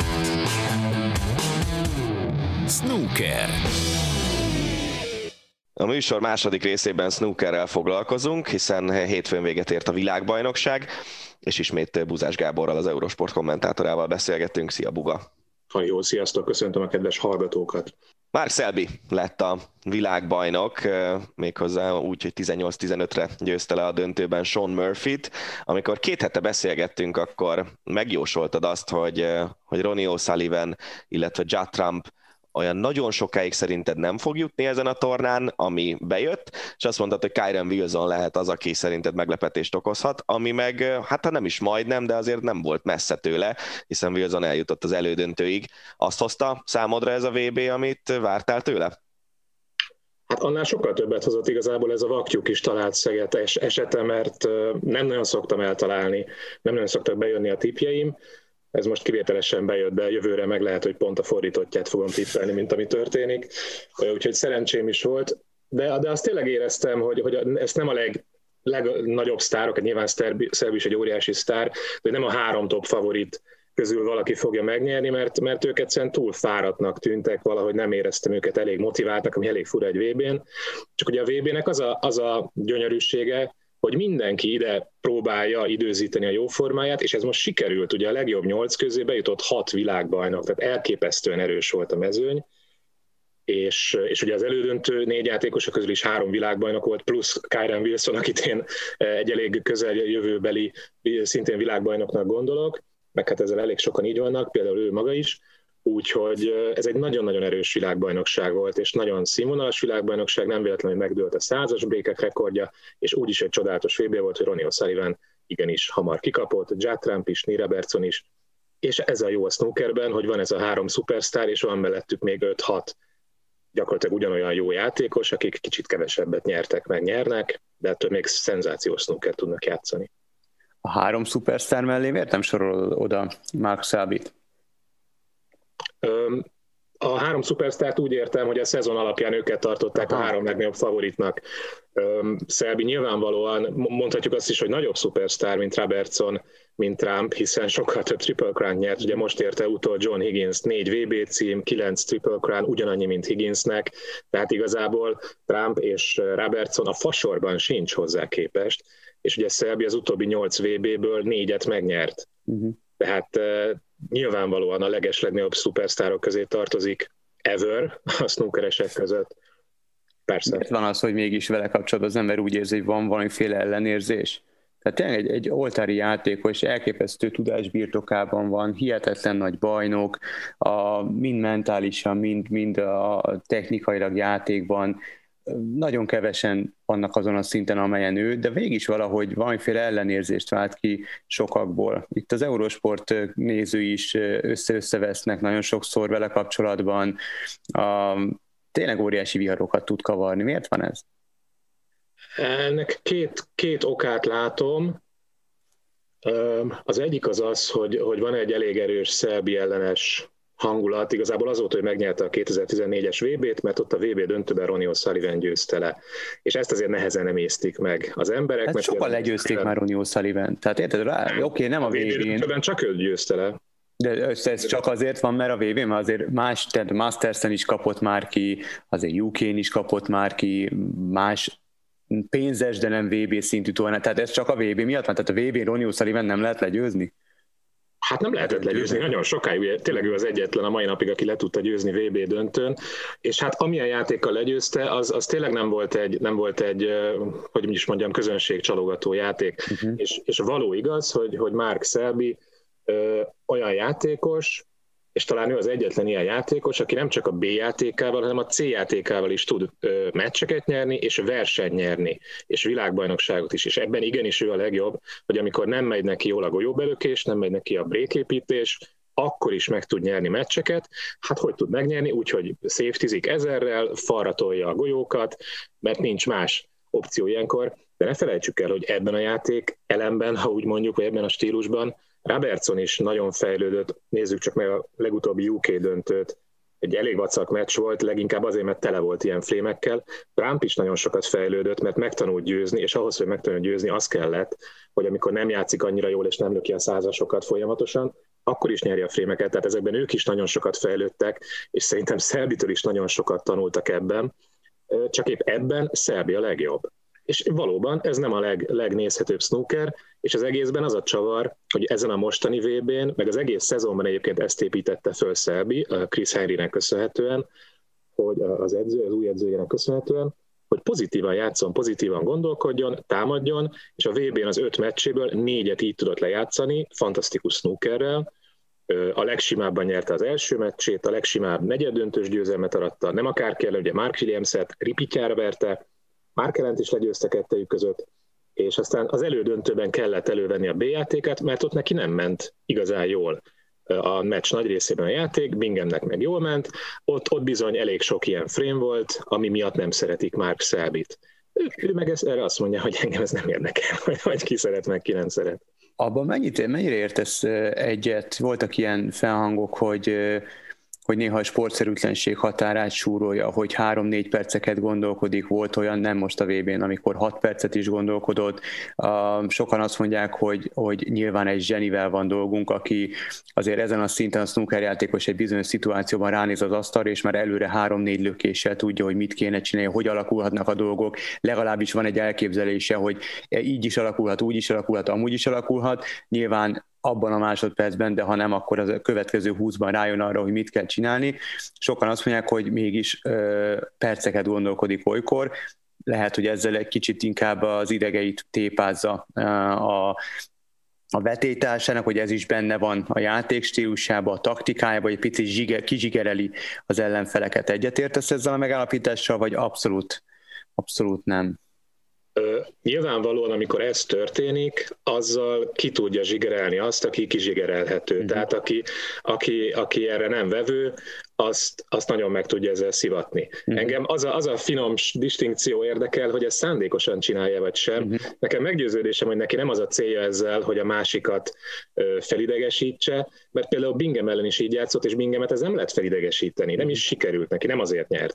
Snooker. A műsor második részében snookerrel foglalkozunk, hiszen hétfőn véget ért a világbajnokság, és ismét Buzás Gáborral, az Eurosport kommentátorával beszélgettünk. Szia, Buga! Jó, sziasztok, köszöntöm a kedves hallgatókat! Mark Selby lett a világbajnok, méghozzá úgy, hogy 18-15-re győzte le a döntőben Sean Murphyt. Amikor 2 hete beszélgettünk, akkor megjósoltad azt, hogy Ronnie O'Sullivan, illetve Judd Trump olyan nagyon sokáig szerinted nem fog jutni ezen a tornán, ami bejött, és azt mondtad, hogy Kyren Wilson lehet az, aki szerinted meglepetést okozhat, ami meg, hát ha nem is majdnem, de azért nem volt messze tőle, hiszen Wilson eljutott az elődöntőig. Azt hozta számodra ez a VB, amit vártál tőle? Hát annál sokkal többet hozott igazából ez a vaktyúk is talált szeget esete, mert nem nagyon szoktam eltalálni, nem nagyon szoktak bejönni a tippjeim. Ez most kivételesen bejött, de jövőre meg lehet, hogy pont a fordítottját fogom tippelni, mint ami történik. Úgyhogy szerencsém is volt. De azt tényleg éreztem, hogy ezt nem a legnagyobb sztárok, nyilván Selby is egy óriási sztár, de nem a 3 top favorit közül valaki fogja megnyerni, mert ők egyszerűen túl fáradtnak tűntek, valahogy nem éreztem őket elég motiváltnak, ami elég fura egy VB-n. Csak ugye a VB-nek az a gyönyörűsége, hogy mindenki ide próbálja időzíteni a jó formáját, és ez most sikerült, ugye a legjobb 8 közé bejutott 6 világbajnok, tehát elképesztően erős volt a mezőny, és ugye az elődöntő 4 játékosok közül is 3 világbajnok volt, plusz Kyren Wilson, akit én egy elég közeljövőbeli szintén világbajnoknak gondolok, meg hát ezzel elég sokan így vannak, például ő maga is, úgyhogy ez egy nagyon-nagyon erős világbajnokság volt, és nagyon színvonalas világbajnokság, nem véletlenül megdőlt a 100-as breakek rekordja, és úgyis egy csodálatos VB volt, hogy Ronnie O'Sullivan igenis hamar kikapott, Judd Trump is, Neil Robertson is, és ez a jó a snookerben, hogy van ez a 3 szupersztár, és van mellettük még 5-6 gyakorlatilag ugyanolyan jó játékos, akik kicsit kevesebbet nyertek, meg nyernek, de ettől még szenzációs snooker tudnak játszani. A 3 szupersztár mellé miért nem sorol oda Mark Selbyt? A 3 szupersztárt úgy értem, hogy a szezon alapján őket tartották a 3 legnagyobb favoritnak. Selby nyilvánvalóan mondhatjuk azt is, hogy nagyobb szupersztár, mint Robertson, mint Trump, hiszen sokkal több Triple Crown nyert. Ugye most érte utol John Higgins 4 VB cím, 9 Triple Crown, ugyanannyi, mint Higginsnek, tehát igazából Trump és Robertson a fasorban sincs hozzá képest, és ugye Selby az utóbbi 8 VB-ből 4-et megnyert. Tehát nyilvánvalóan a legeslegnagyobb szupersztárok közé tartozik ever a snookeresek között. Persze. Miért van az, hogy mégis vele kapcsolatban az ember úgy érzi, hogy van valamiféle ellenérzés? Tehát tényleg egy oltári játékos, elképesztő tudás birtokában van, hihetetlen nagy bajnok, mind mentálisan, mind a technikailag játékban. Nagyon kevesen vannak azon a szinten, amelyen ő, de végig is valahogy valamiféle ellenérzést vált ki sokakból. Itt az Eurosport nézői is össze-összevesznek nagyon sokszor vele kapcsolatban. Tényleg óriási viharokat tud kavarni. Miért van ez? Ennek két okát látom. Az egyik az, hogy van egy elég erős Selby ellenes hangulat, igazából azóta, hogy megnyerte a 2014-es VB-t, mert ott a VB döntőben Ronnie O'Sullivan győzte le. És ezt azért nehezen emésztik meg az emberek. Hát sokan legyőzték már Ronnie O'Sullivan. Tehát érted rá? Oké, nem a VB-n. döntőben csak őt győzte le. De ez csak azért van, mert a VB, mert azért más, tehát Masters-en is kapott már ki, azért UK-n is kapott már ki, más pénzes, de nem VB szintű tornát. Tehát ez csak a VB miatt van? Tehát a VB-n Ronnie O'Sullivan nem lehet legyőzni? Hát nem lehetett legyőzni, nagyon sokáig, tényleg ő az egyetlen a mai napig, aki le tudta győzni VB döntőn, és hát amilyen játékkal legyőzte, az tényleg nem volt egy hogy is mondjam, közönségcsalogató játék, és való igaz, hogy Mark Selby olyan játékos, és talán ő az egyetlen ilyen játékos, aki nem csak a B játékával, hanem a C játékával is tud meccseket nyerni, és versenyt nyerni, és világbajnokságot is. És ebben igenis ő a legjobb, hogy amikor nem megy neki jól a golyóbelökés, nem megy neki a bréképítés, akkor is meg tud nyerni meccseket. Hát hogy tud megnyerni? Úgyhogy safetyzik 1000-rel, falra tolja a golyókat, mert nincs más opció ilyenkor. De ne felejtsük el, hogy ebben a játék elemben, ha úgy mondjuk, vagy ebben a stílusban, Robertson is nagyon fejlődött, nézzük csak meg a legutóbbi UK döntőt, egy elég vacak meccs volt, leginkább azért, mert tele volt ilyen flémekkel. Trump is nagyon sokat fejlődött, mert megtanult győzni, és ahhoz, hogy megtanult győzni, az kellett, hogy amikor nem játszik annyira jól, és nem löki a százasokat folyamatosan, akkor is nyeri a flémeket, tehát ezekben ők is nagyon sokat fejlődtek, és szerintem Selbytől is nagyon sokat tanultak ebben. csak épp ebben Selby a legjobb. És valóban ez nem a legnézhetőbb snooker, és az egészben az a csavar, hogy ezen a mostani VB-n, meg az egész szezonban egyébként ezt építette föl Selby, Chris Henrynek köszönhetően, hogy az új edzőjének köszönhetően, hogy pozitívan játszon, pozitívan gondolkodjon, támadjon, és a VB-n az 5 meccséből 4-et így tudott lejátszani, fantasztikus snookerrel, a legsimábban nyerte az első meccsét, a legsimább negyeddöntős győzelmet aratta, nem akárki, ugye Mark Williams-et ripityára verte, Mark Allent is legyőzte kettejük között, és aztán az elődöntőben kellett elővenni a B-játékát, mert ott neki nem ment igazán jól a meccs nagy részében a játék, Binghamnek meg jól ment, ott bizony elég sok ilyen frame volt, ami miatt nem szeretik Mark Selbyt. Ő meg erre azt mondja, hogy engem ez nem érdekel, hogy ki szeret, meg ki nem szeret. Abban mennyire értesz egyet? Voltak ilyen felhangok, hogy néha a sportszerűtlenség határát súrolja, hogy 3-4 perceket gondolkodik, volt olyan, nem most a VB-n, amikor 6 percet is gondolkodott. Sokan azt mondják, hogy nyilván egy zsenivel van dolgunk, aki azért ezen a szinten a snookerjátékos egy bizonyos szituációban ránéz az asztalra, és már előre 3-4 lökéssel tudja, hogy mit kéne csinálni, hogy alakulhatnak a dolgok. Legalábbis van egy elképzelése, hogy így is alakulhat, úgy is alakulhat, amúgy is alakulhat. Nyilván abban a másodpercben, de ha nem, akkor az a következő 20-ban rájön arra, hogy mit kell csinálni. Sokan azt mondják, hogy mégis perceket gondolkodik olykor, lehet, hogy ezzel egy kicsit inkább az idegeit tépázza a vetélytársának, hogy ez is benne van a játékstílusában, a taktikájában, egy picit kizsigereli az ellenfeleket. Egyetértesz ezzel a megállapítással, vagy abszolút nem? Nyilvánvalóan, amikor ez történik, azzal ki tudja zsigerelni azt, aki kizsigerelhető. Uh-huh. Tehát aki erre nem vevő, azt nagyon meg tudja ezzel szivatni. Uh-huh. Engem az a finom distinkció érdekel, hogy ezt szándékosan csinálja, vagy sem. Uh-huh. Nekem meggyőződésem, hogy neki nem az a célja ezzel, hogy a másikat felidegesítse, mert például Bingham ellen is így játszott, és Binghamet ez nem lehet felidegesíteni, nem is sikerült neki, nem azért nyert.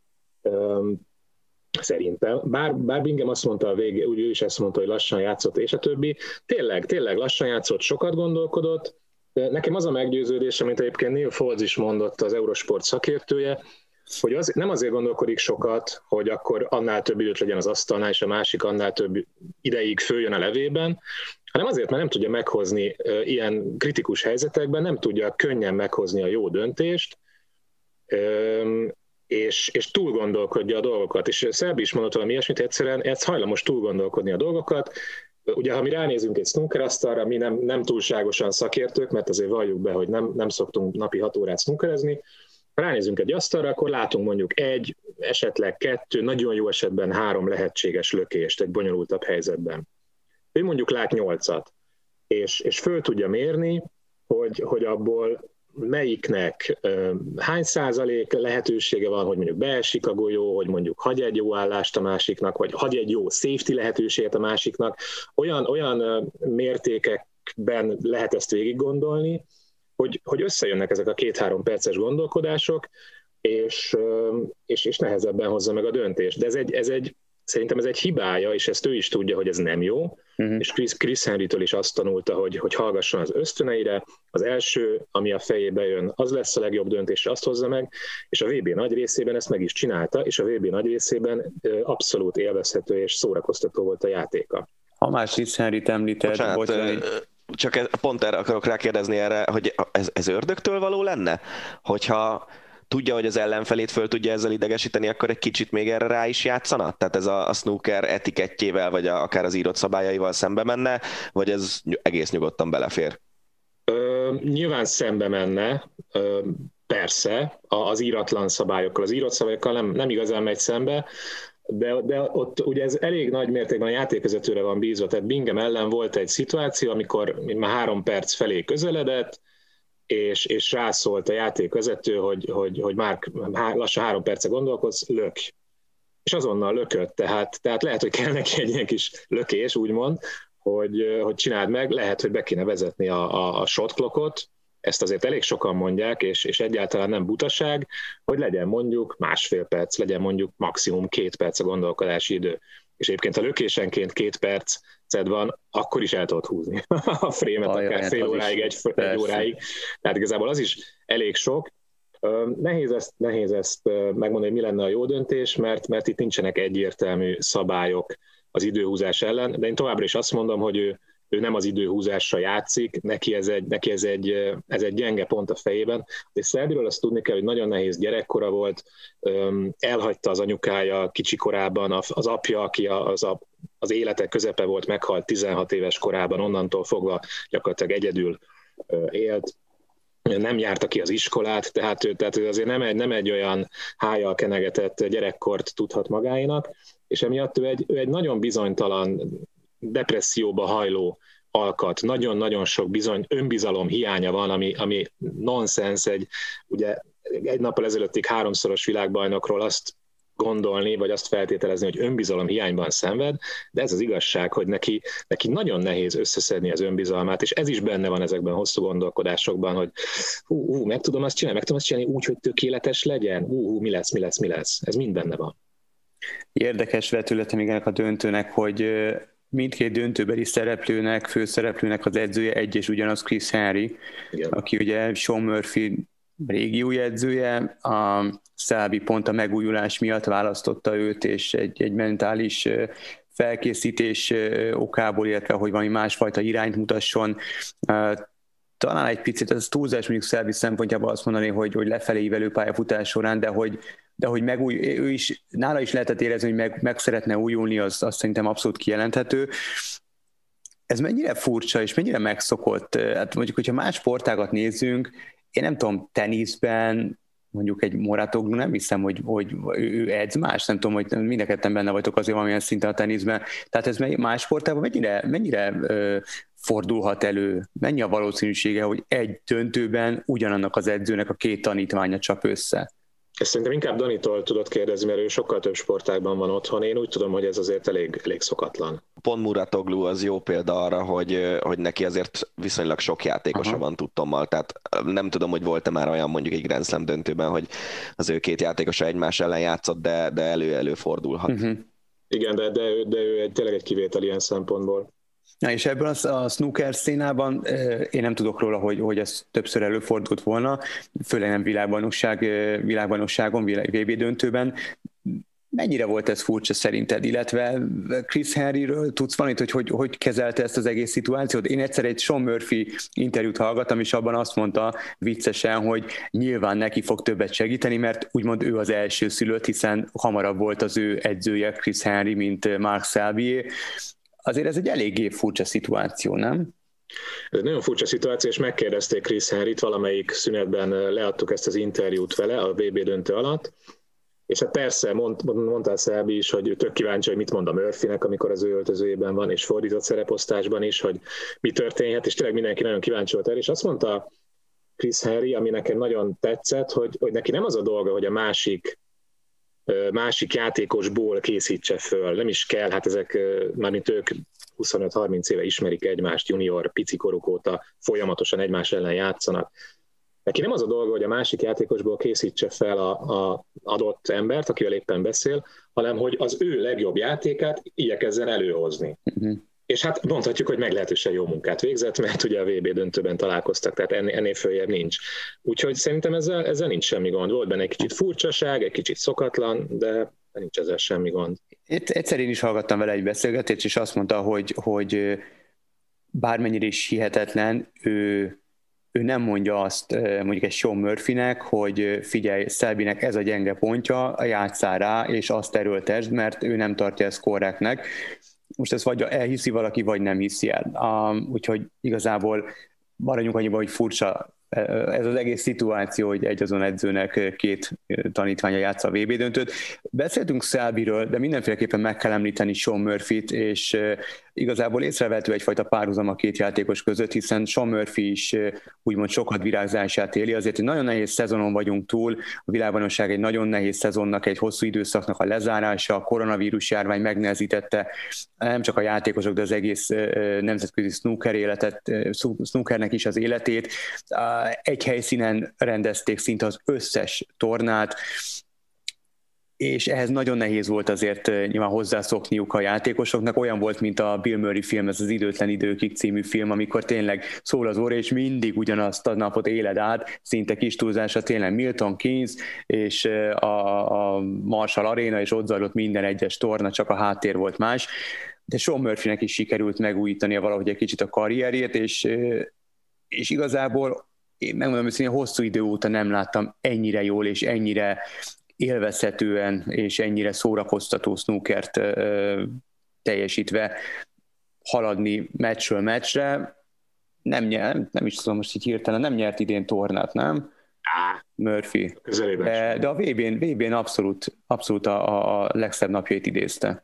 Szerintem. Bár Bingham azt mondta a végén, úgy ő is ezt mondta, hogy lassan játszott, és a többi. Tényleg lassan játszott, sokat gondolkodott. Nekem az a meggyőződésem, mint egyébként Neil Foulds is mondott, az Eurosport szakértője, hogy nem azért gondolkodik sokat, hogy akkor annál több időt legyen az asztalnál, és a másik annál több ideig följön a levében, hanem azért, mert nem tudja meghozni ilyen kritikus helyzetekben, nem tudja könnyen meghozni a jó döntést, és túl gondolkodja a dolgokat. És Selby is mondott valami ilyesmit, egyszerűen ez hajlamos túl gondolkodni a dolgokat. Ugye, ha mi ránézünk egy snookerasztalra, mi nem túlságosan szakértők, mert azért valljuk be, hogy nem szoktunk napi 6 órát snookerezni. Ha ránézünk egy asztalra, akkor látunk mondjuk 1, esetleg 2, nagyon jó esetben 3 lehetséges lökést egy bonyolultabb helyzetben. Ő mondjuk lát 8-at, és föl tudja mérni, hogy abból melyiknek hány százalék lehetősége van, hogy mondjuk beesik a golyó, hogy mondjuk hagy egy jó állást a másiknak, vagy hagy egy jó safety lehetőséget a másiknak. Olyan mértékekben lehet ezt végig gondolni, hogy összejönnek ezek a 2-3 perces gondolkodások, és nehezebben hozza meg a döntést. De szerintem ez egy hibája, és ezt ő is tudja, hogy ez nem jó, és Chris Henrytől is azt tanulta, hogy hallgasson az ösztöneire, az első, ami a fejébe jön, az lesz a legjobb döntés, azt hozza meg, és a VB nagy részében ezt meg is csinálta, és a VB nagy részében abszolút élvezhető és szórakoztató volt a játéka. Ha már Chris Henryt említed, csak pont erre akarok rákérdezni hogy ez ördögtől való lenne? Hogyha tudja, hogy az ellenfelét föl tudja ezzel idegesíteni, akkor egy kicsit még erre rá is játszana? Tehát ez a snooker etikettjével, vagy akár az írott szabályaival szembe menne, vagy ez egész nyugodtan belefér? Nyilván szembe menne, persze, az íratlan szabályokkal. Az írott szabályokkal nem igazán megy szembe, de ott ugye ez elég nagy mértékben a játékvezetőre van bízva. Tehát Bingham ellen volt egy szituáció, amikor már 3 perc felé közeledett, és rászólt a játékvezető, hogy már lassan 3 perce gondolkodsz, lök. És azonnal lökött, tehát lehet, hogy kell neki egy ilyen kis lökés, úgymond, hogy csináld meg, lehet, hogy be kéne vezetni a shot clockot, ezt azért elég sokan mondják, és egyáltalán nem butaság, hogy legyen mondjuk 1,5 perc, legyen mondjuk maximum 2 perc a gondolkodási idő. És egyébként a lökésenként 2 perced van, akkor is el tudod húzni a frémet, akár fél óráig, egy óráig. Tehát igazából az is elég sok. Nehéz ezt megmondani, hogy mi lenne a jó döntés, mert itt nincsenek egyértelmű szabályok az időhúzás ellen, de én továbbra is azt mondom, hogy ő nem az időhúzásra játszik, neki ez egy gyenge pont a fejében. De Selbyről azt tudni kell, hogy nagyon nehéz gyerekkora volt, elhagyta az anyukája kicsi korában, az apja, aki az élete közepe volt, meghalt 16 éves korában, onnantól fogva gyakorlatilag egyedül élt. Nem járta ki az iskolát, tehát ő azért nem egy olyan hájjal kenegetett gyerekkort tudhat magáénak, és emiatt ő egy nagyon bizonytalan, depresszióba hajló alkat. Nagyon-nagyon sok önbizalom hiánya van, ami nonsens. Ugye egy nappal ezelőttig 3-szoros világbajnokról azt gondolni, vagy azt feltételezni, hogy önbizalom hiányban szenved, de ez az igazság, hogy neki nagyon nehéz összeszedni az önbizalmát, és ez is benne van ezekben a hosszú gondolkodásokban, hogy meg tudom azt csinálni úgy, hogy tökéletes legyen, mi lesz. Ez mind benne van. Érdekes vetülete még ennek a döntőnek, hogy mindkét döntőbeli szereplőnek, főszereplőnek az edzője egy és ugyanaz Chris Henry, igen, aki ugye Sean Murphy régi új edzője, a Selby pont a megújulás miatt választotta őt, és egy mentális felkészítés okából, illetve hogy valami másfajta irányt mutasson. Talán egy picit, ez túlzás mondjuk Selby szempontjából azt mondani, hogy lefelé ívelő pályafutás során, de hogy ő is, nála is lehetett érezni, hogy meg szeretne újulni, azt szerintem abszolút kijelenthető. Ez mennyire furcsa és mennyire megszokott? Hát mondjuk, hogyha más sportágat nézzünk, én nem tudom, teniszben, mondjuk egy Mouratoglou, nem hiszem, hogy ő edz más, nem tudom, hogy mind a ketten benne vagytok azért valamilyen szinten a teniszben. Tehát ez más sportában mennyire fordulhat elő? Mennyi a valószínűsége, hogy egy döntőben ugyanannak az edzőnek a két tanítványa csap össze? Ezt szerintem inkább Danitól tudod kérdezni, mert ő sokkal több sportágban van otthon. Én úgy tudom, hogy ez azért elég szokatlan. Pont Mouratoglou az jó példa arra, hogy neki azért viszonylag sok játékosa van tudtommal. Tehát nem tudom, hogy volt-e már olyan mondjuk egy Grand Slam döntőben, hogy az ő két játékosa egymás ellen játszott, de előfordulhat. Igen, de ő tényleg egy kivétel ilyen szempontból. Na és ebben a snooker színában én nem tudok róla, hogy ez többször előfordult volna, főleg nem világbajnokságon, VB döntőben. Mennyire volt ez furcsa szerinted? Illetve Chris Henryről tudsz valamit, hogy kezelte ezt az egész szituációt? Én egyszer egy Sean Murphy interjút hallgattam, és abban azt mondta viccesen, hogy nyilván neki fog többet segíteni, mert úgymond ő az első szülött, hiszen hamarabb volt az ő edzője Chris Henry, mint Mark Selbyé. Azért ez egy eléggé furcsa szituáció, nem? Ez egy nagyon furcsa szituáció, és megkérdezték Chris Henryt, valamelyik szünetben leadtuk ezt az interjút vele a VB döntő alatt, és hát persze mondta Selby is, hogy ő tök kíváncsi, hogy mit mond a Murphynek, amikor az ő öltözőjében van, és fordított szereposztásban is, hogy mi történhet, és tényleg mindenki nagyon kíváncsi volt erre, és azt mondta Chris Henry, ami nekem nagyon tetszett, hogy neki nem az a dolga, hogy a másik játékosból készítse föl. Nem is kell, hát ezek, mármint ők 25-30 éve ismerik egymást, junior, picikoruk óta folyamatosan egymás ellen játszanak. Neki nem az a dolga, hogy a másik játékosból készítse fel a adott embert, akivel éppen beszél, hanem hogy az ő legjobb játékát igyekezzen előhozni. És hát mondhatjuk, hogy meglehetősen jó munkát végzett, mert ugye a VB döntőben találkoztak, tehát ennél följebb nincs. Úgyhogy szerintem ezzel nincs semmi gond. Volt benne egy kicsit furcsaság, egy kicsit szokatlan, de nincs ezzel semmi gond. Egyszer én is hallgattam vele egy beszélgetést, és azt mondta, hogy bármennyire is hihetetlen, ő nem mondja azt mondjuk egy Sean Murphynek, hogy figyelj, Selbynek ez a gyenge pontja, játsszál rá, és azt erőltesd, mert ő nem tartja ezt korrektnek. Most ezt vagy elhiszi valaki, vagy nem hiszi el. Úgyhogy igazából maradjunk annyiban, hogy furcsa ez az egész szituáció, hogy egy azon edzőnek két tanítványa játsza a VB döntőt. Beszéltünk Selbyről, de mindenféleképpen meg kell említeni Sean Murphyt, és igazából észrevehető egyfajta párhuzam a két játékos között, hiszen Sean Murphy is úgymond sokat virágzását éli, azért egy nagyon nehéz szezonon vagyunk túl, a világbajnokság egy nagyon nehéz szezonnak, egy hosszú időszaknak a lezárása, a koronavírus járvány megnehezítette nem csak a játékosok, de az egész nemzetközi snookernek is az életét. Egy helyszínen rendezték szinte az összes tornát. és ehhez nagyon nehéz volt azért nyilván hozzászokniuk a játékosoknak. Olyan volt, mint a Bill Murray film, ez az Időtlen időkig című film, amikor tényleg szól az óra, és mindig ugyanazt a napot éled át, szinte kis túlzása, tényleg Milton Keynes és a Marshall Arena, és ott zajlott minden egyes torna, csak a háttér volt más. De Sean Murphynek is sikerült megújítania valahogy egy kicsit a karrierjét, és igazából én megmondom őszintén, hosszú idő óta nem láttam ennyire jól és ennyire élvezhetően és ennyire szórakoztató snookert teljesítve haladni meccsről meccsre. Nem is tudom most így hirtelen, nem nyert idén tornát, nem? Murphy. De a VB-n abszolút a legszebb napjait idézte.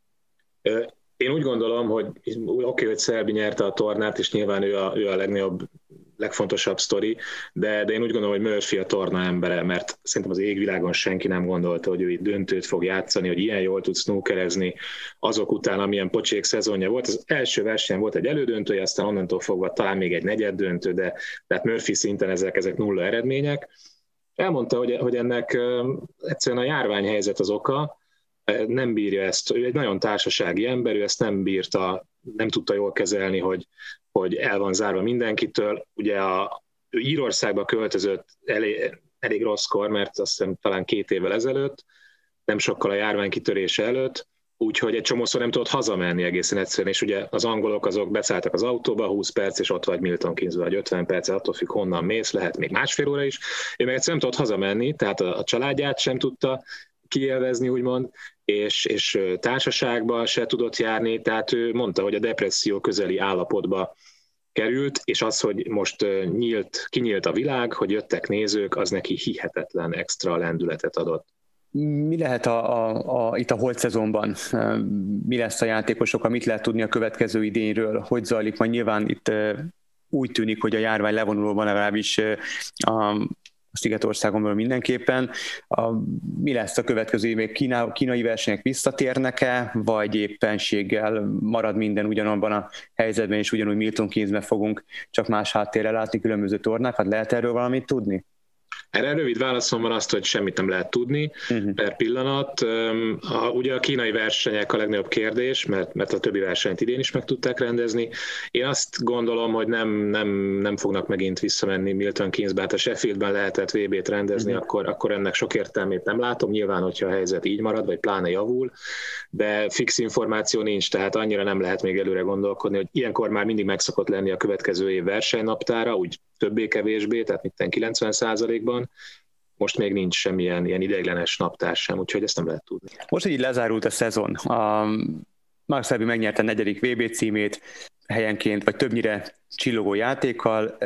Én úgy gondolom, hogy oké, hogy Selby nyerte a tornát, és nyilván ő a legnagyobb, legfontosabb sztori, de én úgy gondolom, hogy Murphy a torna embere, mert szerintem az égvilágon senki nem gondolta, hogy ő itt döntőt fog játszani, hogy ilyen jól tud snookerezni azok után, amilyen pocsék szezonja volt. Az első versenyen volt egy elődöntője, aztán onnantól fogva talán még egy negyed döntő, de tehát Murphy szinten ezek nulla eredmények. Elmondta, hogy ennek egyszerűen a járványhelyzet az oka, nem bírja ezt, ő egy nagyon társasági ember, ő ezt nem tudta jól kezelni, hogy el van zárva mindenkitől. Ugye ő Írországba költözött elég rosszkor, mert azt hiszem talán 2 évvel ezelőtt, nem sokkal a járvány kitörése előtt, úgyhogy egy csomószor nem tudott hazamenni egészen egyszerűen, és ugye az angolok azok beszálltak az autóba, 20 perc, és ott vagy Milton Keynesbe, vagy 50 perc, attól függ, honnan mész, lehet még másfél óra is. Ő meg egyszerűen nem tudott hazamenni, tehát a családját sem tudta kiélvezni, úgymond, és társaságban se tudott járni, tehát ő mondta, hogy a depresszió közeli állapotba került, és az, hogy most kinyílt a világ, hogy jöttek nézők, az neki hihetetlen extra lendületet adott. Mi lehet itt a holt szezonban? Mi lesz a játékosokkal? Mit lehet tudni a következő idényről? Hogy zajlik? Majd nyilván itt úgy tűnik, hogy a járvány levonulóban legalábbis a Szigetországon mindenképpen. Mi lesz a következő évek? Kínai versenyek visszatérnek-e, vagy éppenséggel marad minden ugyanabban a helyzetben, és ugyanúgy Milton Keynesben fogunk csak más háttérrel látni különböző tornákat? Lehet erről valamit tudni? Erre rövid válaszom van azt, hogy semmit nem lehet tudni per pillanat. Ugye a kínai versenyek a legnagyobb kérdés, mert a többi versenyt idén is meg tudták rendezni. Én azt gondolom, hogy nem fognak megint visszamenni Milton Keynesbe. Hát a Sheffieldben lehetett VB-t rendezni, akkor ennek sok értelmét nem látom. Nyilván, hogyha a helyzet így marad, vagy pláne javul, de fix információ nincs, tehát annyira nem lehet még előre gondolkodni, hogy ilyenkor már mindig meg szokott lenni a következő év versenynaptára, úgy többé-kevésbé, tehát minden 90%-ban. Most még nincs semmilyen ilyen ideiglenes naptár sem, úgyhogy ezt nem lehet tudni. Most így lezárult a szezon. Mark Selby megnyerte a 4. VB címét helyenként, vagy többnyire csillogó játékkal.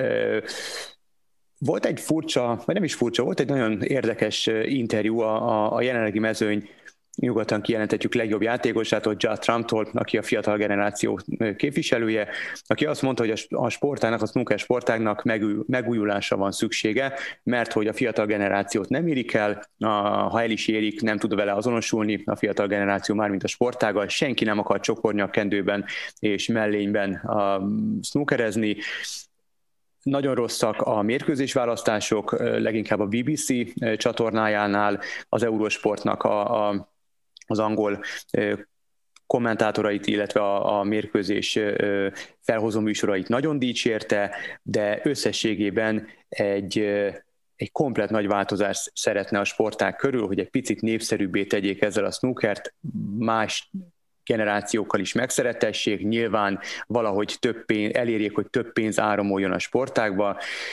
Volt egy furcsa, vagy nem is furcsa, volt egy nagyon érdekes interjú a jelenlegi mezőny nyugodtan kijelentetjük legjobb játékosától, Judd Trumptól, aki a fiatal generáció képviselője, aki azt mondta, hogy a sportágnak, a snooker sportágnak megújulásra van szüksége, mert hogy a fiatal generációt nem érik el, ha el is érik, nem tud vele azonosulni a fiatal generáció már, mint a sportággal, senki nem akar csokornyakkendőben és mellényben snookerezni. Nagyon rosszak a mérkőzésválasztások, leginkább a BBC csatornájánál, az Eurosportnak az angol kommentátorait, illetve a mérkőzés felhozó műsorait nagyon dicsérte, de összességében egy komplett nagy változást szeretne a sportág körül, hogy egy picit népszerűbbé tegyék ezzel a snookert, más generációkkal is megszeretessék, nyilván valahogy elérjék, hogy több pénz áramoljon a sportágba.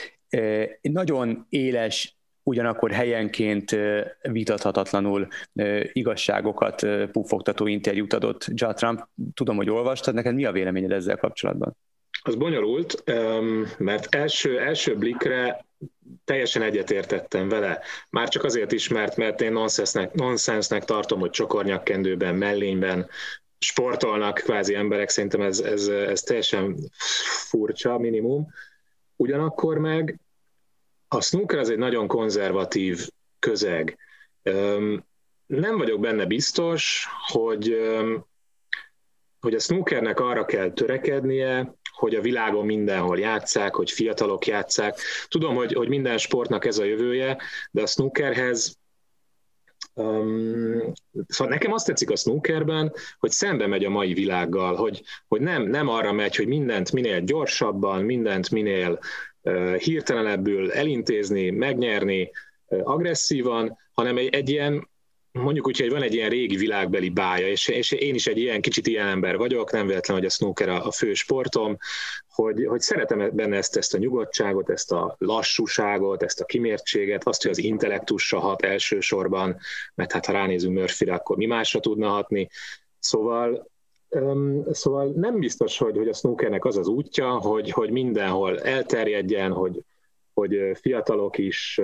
Nagyon éles, ugyanakkor helyenként vitathatatlanul igazságokat puffogtató interjút adott Judd Trump. Tudom, hogy olvastad, neked mi a véleményed ezzel kapcsolatban? Az bonyolult, mert első blikre teljesen egyetértettem vele. Már csak azért is, mert én nonsensnek tartom, hogy csokornyakkendőben, mellényben sportolnak kvázi emberek, szerintem ez teljesen furcsa minimum. Ugyanakkor meg a snooker az egy nagyon konzervatív közeg. Nem vagyok benne biztos, hogy a snookernek arra kell törekednie, hogy a világon mindenhol játsszák, hogy fiatalok játsszák. Tudom, hogy minden sportnak ez a jövője, de a snookerhez Szóval nekem azt tetszik a snookerben, hogy szembe megy a mai világgal, hogy nem arra megy, hogy mindent minél gyorsabban, mindent minél hirtelenebbül elintézni, megnyerni, agresszívan, hanem egy ilyen, mondjuk úgy, hogy van egy ilyen régi világbeli bája, és én is egy ilyen kicsit ilyen ember vagyok, nem véletlen, hogy a snooker a fő sportom, hogy szeretem benne ezt a nyugodtságot, ezt a lassúságot, ezt a kimértséget, azt, hogy az intellektusra hat elsősorban, mert hát ha ránézünk Murphyre, akkor mi másra tudna hatni. Szóval nem biztos, hogy a snookernek az az útja, hogy mindenhol elterjedjen, hogy fiatalok is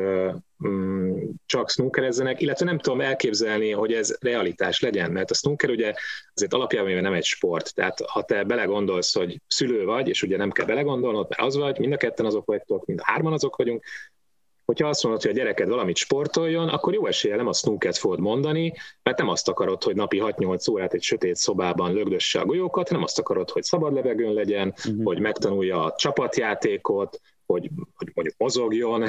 csak snookerezzenek, illetve nem tudom elképzelni, hogy ez realitás legyen, mert a snooker ugye azért alapjában nem egy sport, tehát ha te belegondolsz, hogy szülő vagy, és ugye nem kell belegondolnod, mert az vagy, mind a ketten azok vagytok, mind a hárman azok vagyunk, hogyha azt mondod, hogy a gyereked valamit sportoljon, akkor jó eséllyel nem a snookert fogod mondani, mert nem azt akarod, hogy napi 6-8 órát egy sötét szobában lögdösse a golyókat, nem azt akarod, hogy szabad levegőn legyen, hogy megtanulja a csapatjátékot, hogy mondjuk mozogjon,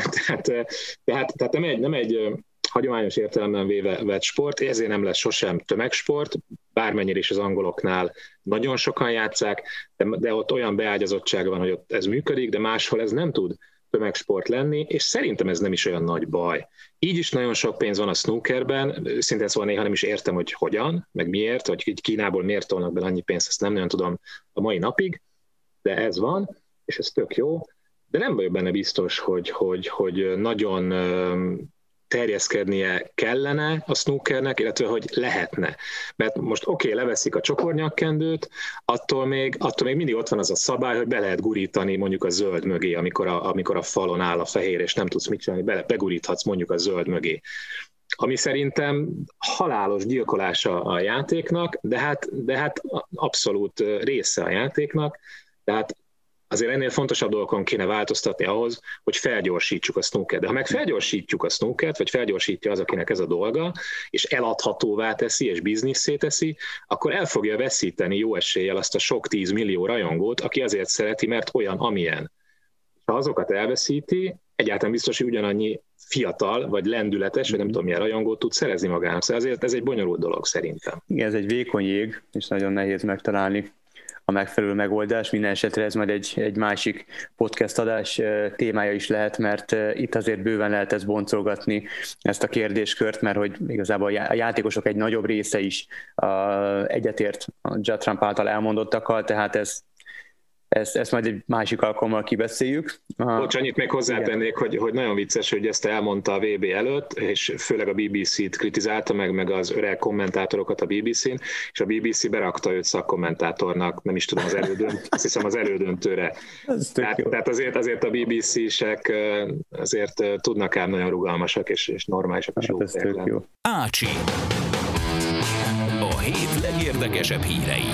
tehát nem egy hagyományos értelemben véve vett sport, ezért nem lesz sosem tömegsport, bármennyire is az angoloknál nagyon sokan játsszák, de ott olyan beágyazottság van, hogy ott ez működik, de máshol ez nem tud tömegsport lenni, és szerintem ez nem is olyan nagy baj. Így is nagyon sok pénz van a snookerben, szintén szóval néha nem is értem, hogy hogyan, meg miért, vagy így Kínából miért tolnak bele annyi pénzt, ezt nem nagyon tudom a mai napig, de ez van, és ez tök jó, de nem vagyok benne biztos, hogy nagyon terjeszkednie kellene a snookernek, illetve hogy lehetne. Mert most leveszik a csokornyakkendőt, attól még mindig ott van az a szabály, hogy be lehet gurítani mondjuk a zöld mögé, amikor a falon áll a fehér, és nem tudsz mit csinálni, beguríthatsz mondjuk a zöld mögé. Ami szerintem halálos gyilkolása a játéknak, de hát abszolút része a játéknak, tehát azért ennél fontosabb dolgokon kéne változtatni ahhoz, hogy felgyorsítsuk a snookert. De ha meg felgyorsítjuk a snookert, vagy felgyorsítja az, akinek ez a dolga, és eladhatóvá teszi, és bizniszé teszi, akkor el fogja veszíteni jó eséllyel azt a sok 10 millió rajongót, aki azért szereti, mert olyan, amilyen. Ha azokat elveszíti, egyáltalán biztos, hogy ugyanannyi fiatal, vagy lendületes, vagy nem tudom milyen rajongót tud szerezni magának. Szóval azért ez egy bonyolult dolog szerintem. Igen, ez egy vékony jég, és nagyon nehéz megtalálni a megfelelő megoldás. Minden esetre ez majd egy másik podcast adás témája is lehet, mert itt azért bőven lehet ezt boncolgatni, ezt a kérdéskört, mert hogy igazából a játékosok egy nagyobb része is egyetért a Judd Trump által elmondottakkal, tehát ezt majd egy másik alkalommal kibeszéljük. Bocs, annyit még hozzátennék, hogy nagyon vicces, hogy ezt elmondta a VB előtt, és főleg a BBC-t kritizálta, meg az öreg kommentátorokat a BBC-n, és a BBC berakta őt szakkommentátornak, nem is tudom, azt hiszem az elődöntőre. Tehát azért a BBC-sek azért tudnak ám nagyon rugalmasak, és normálisak is jók. Ácsi. A hét legérdekesebb hírei.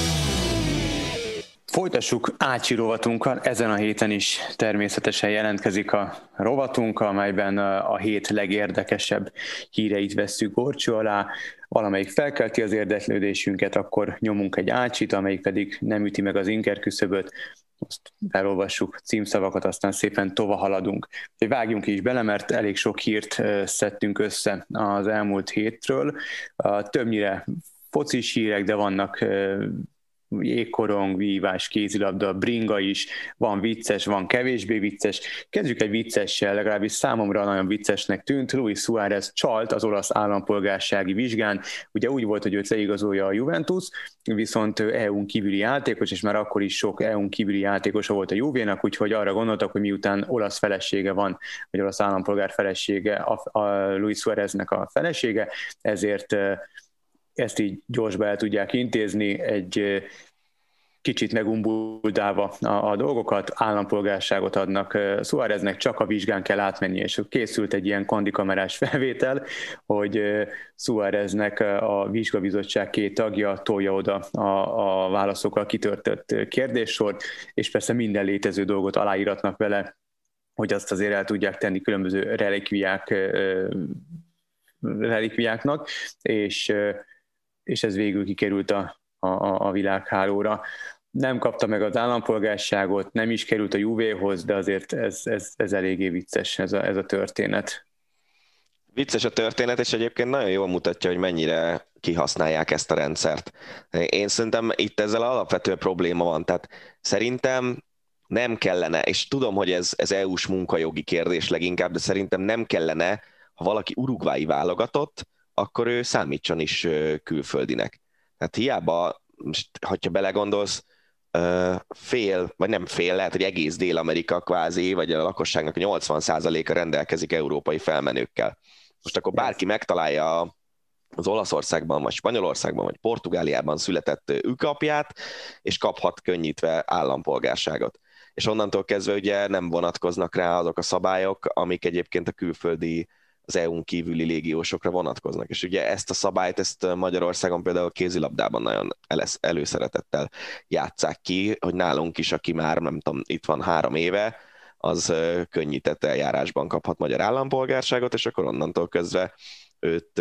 Folytassuk Ácsi rovatunkkal, ezen a héten is természetesen jelentkezik a rovatunk, amelyben a hét legérdekesebb híreit vesszük górcső alá, valamelyik felkelti az érdeklődésünket, akkor nyomunk egy Ácsit, amelyik pedig nem üti meg az inker küszöböt, azt elolvassuk címszavakat, aztán szépen tovább haladunk. Vágjunk is bele, mert elég sok hírt szedtünk össze az elmúlt hétről, többnyire focis hírek, de vannak jégkorong, vívás, kézilabda, bringa is, van vicces, van kevésbé vicces. Kezdjük egy viccessel, legalábbis számomra nagyon viccesnek tűnt. Luis Suárez csalt az olasz állampolgársági vizsgán. Ugye úgy volt, hogy őt leigazolja a Juventus, viszont EU-n kívüli játékos, és már akkor is sok EU-n kívüli játékosa volt a Juvénak, úgyhogy arra gondoltak, hogy miután olasz felesége van, vagy olasz állampolgár felesége, a Luis Suáreznek a felesége, ezért ezt így gyorsba el tudják intézni, egy kicsit megumbuldálva a dolgokat, állampolgárságot adnak Suáreznek, csak a vizsgán kell átmenni, és készült egy ilyen kandikamerás felvétel, hogy Suáreznek a vizsgabizottság 2 tagja tolja oda a válaszokkal kitöltött kérdéssort, és persze minden létező dolgot aláíratnak vele, hogy azt azért el tudják tenni különböző relikviáknak, és ez végül kikerült a világhálóra. Nem kapta meg az állampolgárságot, nem is került a Juvéhoz, de azért ez eléggé vicces ez a történet. Vicces a történet, és egyébként nagyon jól mutatja, hogy mennyire kihasználják ezt a rendszert. Én szerintem itt ezzel alapvető probléma van, tehát szerintem nem kellene, és tudom, hogy ez EU-s munkajogi kérdés leginkább, de szerintem nem kellene, ha valaki uruguayi válogatott, akkor ő számítson is külföldinek. Tehát hiába, ha belegondolsz, fél, vagy nem fél, lehet, hogy egész Dél-Amerika kvázi, vagy a lakosságnak 80%-a rendelkezik európai felmenőkkel. Most akkor bárki megtalálja az Olaszországban, vagy Spanyolországban, vagy Portugáliában született ükapját, és kaphat könnyítve állampolgárságot. És onnantól kezdve ugye nem vonatkoznak rá azok a szabályok, amik egyébként a külföldi, az EU-n kívüli légiósokra vonatkoznak. És ugye ezt a szabályt, ezt Magyarországon például a kézilabdában nagyon előszeretettel játsszák ki, hogy nálunk is, aki már nem tudom, itt van 3 éve, az könnyített eljárásban kaphat magyar állampolgárságot, és akkor onnantól kezdve őt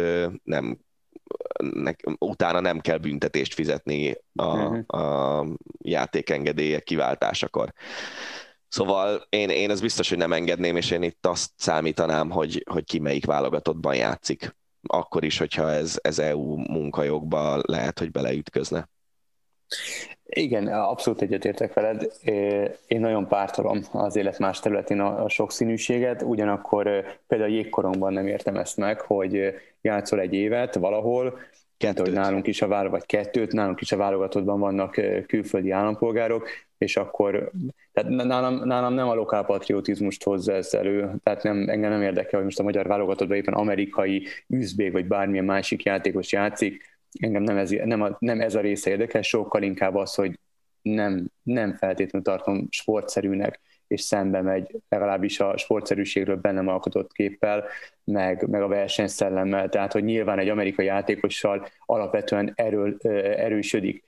utána nem kell büntetést fizetni a játékengedélyek kiváltásakor. Szóval én ez biztos, hogy nem engedném, és én itt azt számítanám, hogy ki melyik válogatottban játszik. Akkor is, hogyha ez EU munkajogba lehet, hogy beleütközne. Igen, abszolút egyetértek veled. Én nagyon pártolom az élet más területén a sokszínűséget, ugyanakkor például a jégkorongban nem értem ezt meg, hogy játszol egy évet valahol, hogy nálunk is vagy 2, nálunk is a válogatottban vannak külföldi állampolgárok, és akkor tehát nálam nem a lokálpatriotizmust hozza ezt elő, tehát engem nem érdekel, hogy most a magyar válogatottban éppen amerikai, üzbék vagy bármilyen másik játékos játszik, engem nem ez a része érdekel, sokkal inkább az, hogy nem feltétlenül tartom sportszerűnek, és szembe megy legalábbis a sportszerűségről bennem alkotott képpel, meg a versenyszellemmel. Tehát, hogy nyilván egy amerikai játékossal alapvetően erősödik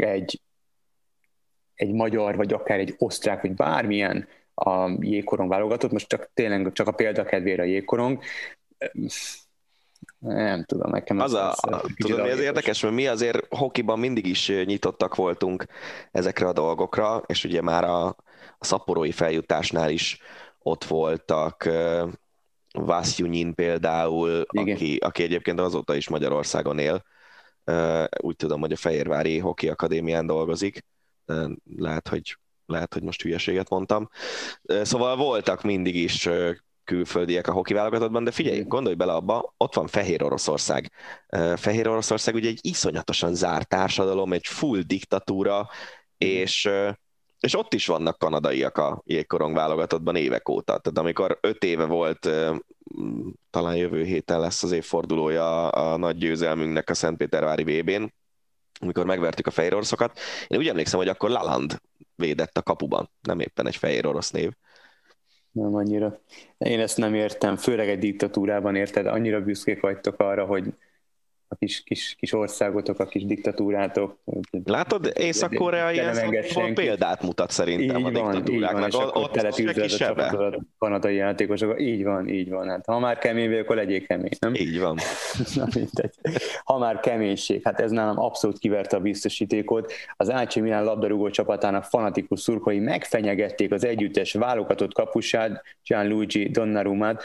egy magyar, vagy akár egy osztrák, vagy bármilyen a jégkorong válogatott, most tényleg csak a példakedvére a jégkorong, nem tudom, nekem tudod, mi az érdekes, mert mi azért hokiban mindig is nyitottak voltunk ezekre a dolgokra, és ugye már a szaporói feljutásnál is ott voltak Vasyunyin például, aki egyébként azóta is Magyarországon él. Úgy tudom, hogy a Fehérvári Hoki Akadémián dolgozik. Lehet, hogy most hülyeséget mondtam. Szóval voltak mindig is külföldiek a hoki válogatottban, de figyelj, gondolj bele abba, ott van Fehér Oroszország. Fehér Oroszország ugye egy iszonyatosan zárt társadalom, egy full diktatúra, és ott is vannak kanadaiak a jégkorong válogatottban évek óta. Tehát amikor 5 éve volt, talán jövő héten lesz az évfordulója a nagy győzelmünknek a Szentpétervári VB-n, amikor megvertük a fehér oroszokat, én úgy emlékszem, hogy akkor Lalande védett a kapuban, nem éppen egy fehér orosz név. Nem annyira. Én ezt nem értem, főleg egy diktatúrában, érted? Annyira büszkék vagytok arra, hogy a kis országotok, a kis diktatúrátok. Látod, Észak-Korea ilyen szempontból példát mutat szerintem a diktatúráknak. Ott teletűzlet a kanadai játékosok. Így van. Hát, ha már kemény vagy, akkor legyél kemény, nem? Így van. Na, mindegy. Ha már keménység, hát ez nálam abszolút kiverte a biztosítékot. Az AC Milan labdarúgó csapatának fanatikus szurkolói megfenyegették az együttes válogatott kapusát, Gianluigi Donnarummát.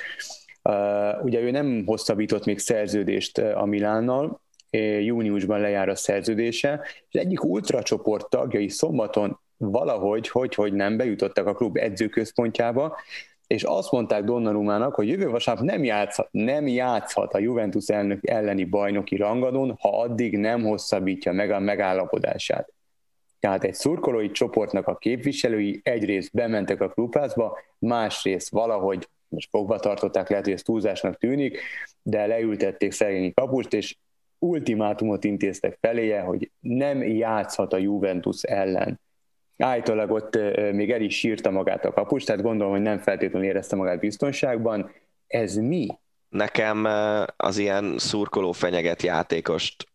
Ugye ő nem hosszabbított még szerződést a Milánnal, júniusban lejár a szerződése, és egyik ultracsoport tagjai szombaton valahogy, hogy nem bejutottak a klub edzőközpontjába, és azt mondták Donnarummának, hogy jövő vasárnap nem játszhat a Juventus elleni bajnoki rangadón, ha addig nem hosszabbítja meg a megállapodását. Tehát egy szurkolói csoportnak a képviselői egyrészt bementek a klubházba, másrészt valahogy most fogva tartották, lehet, hogy ez túlzásnak tűnik, de leültették szegény kapust, és ultimátumot intéztek feléje, hogy nem játszhat a Juventus ellen. Állítólag ott még el is sírta magát a kapus, tehát gondolom, hogy nem feltétlenül érezte magát biztonságban. Ez mi? Nekem az ilyen szurkoló fenyeget játékost,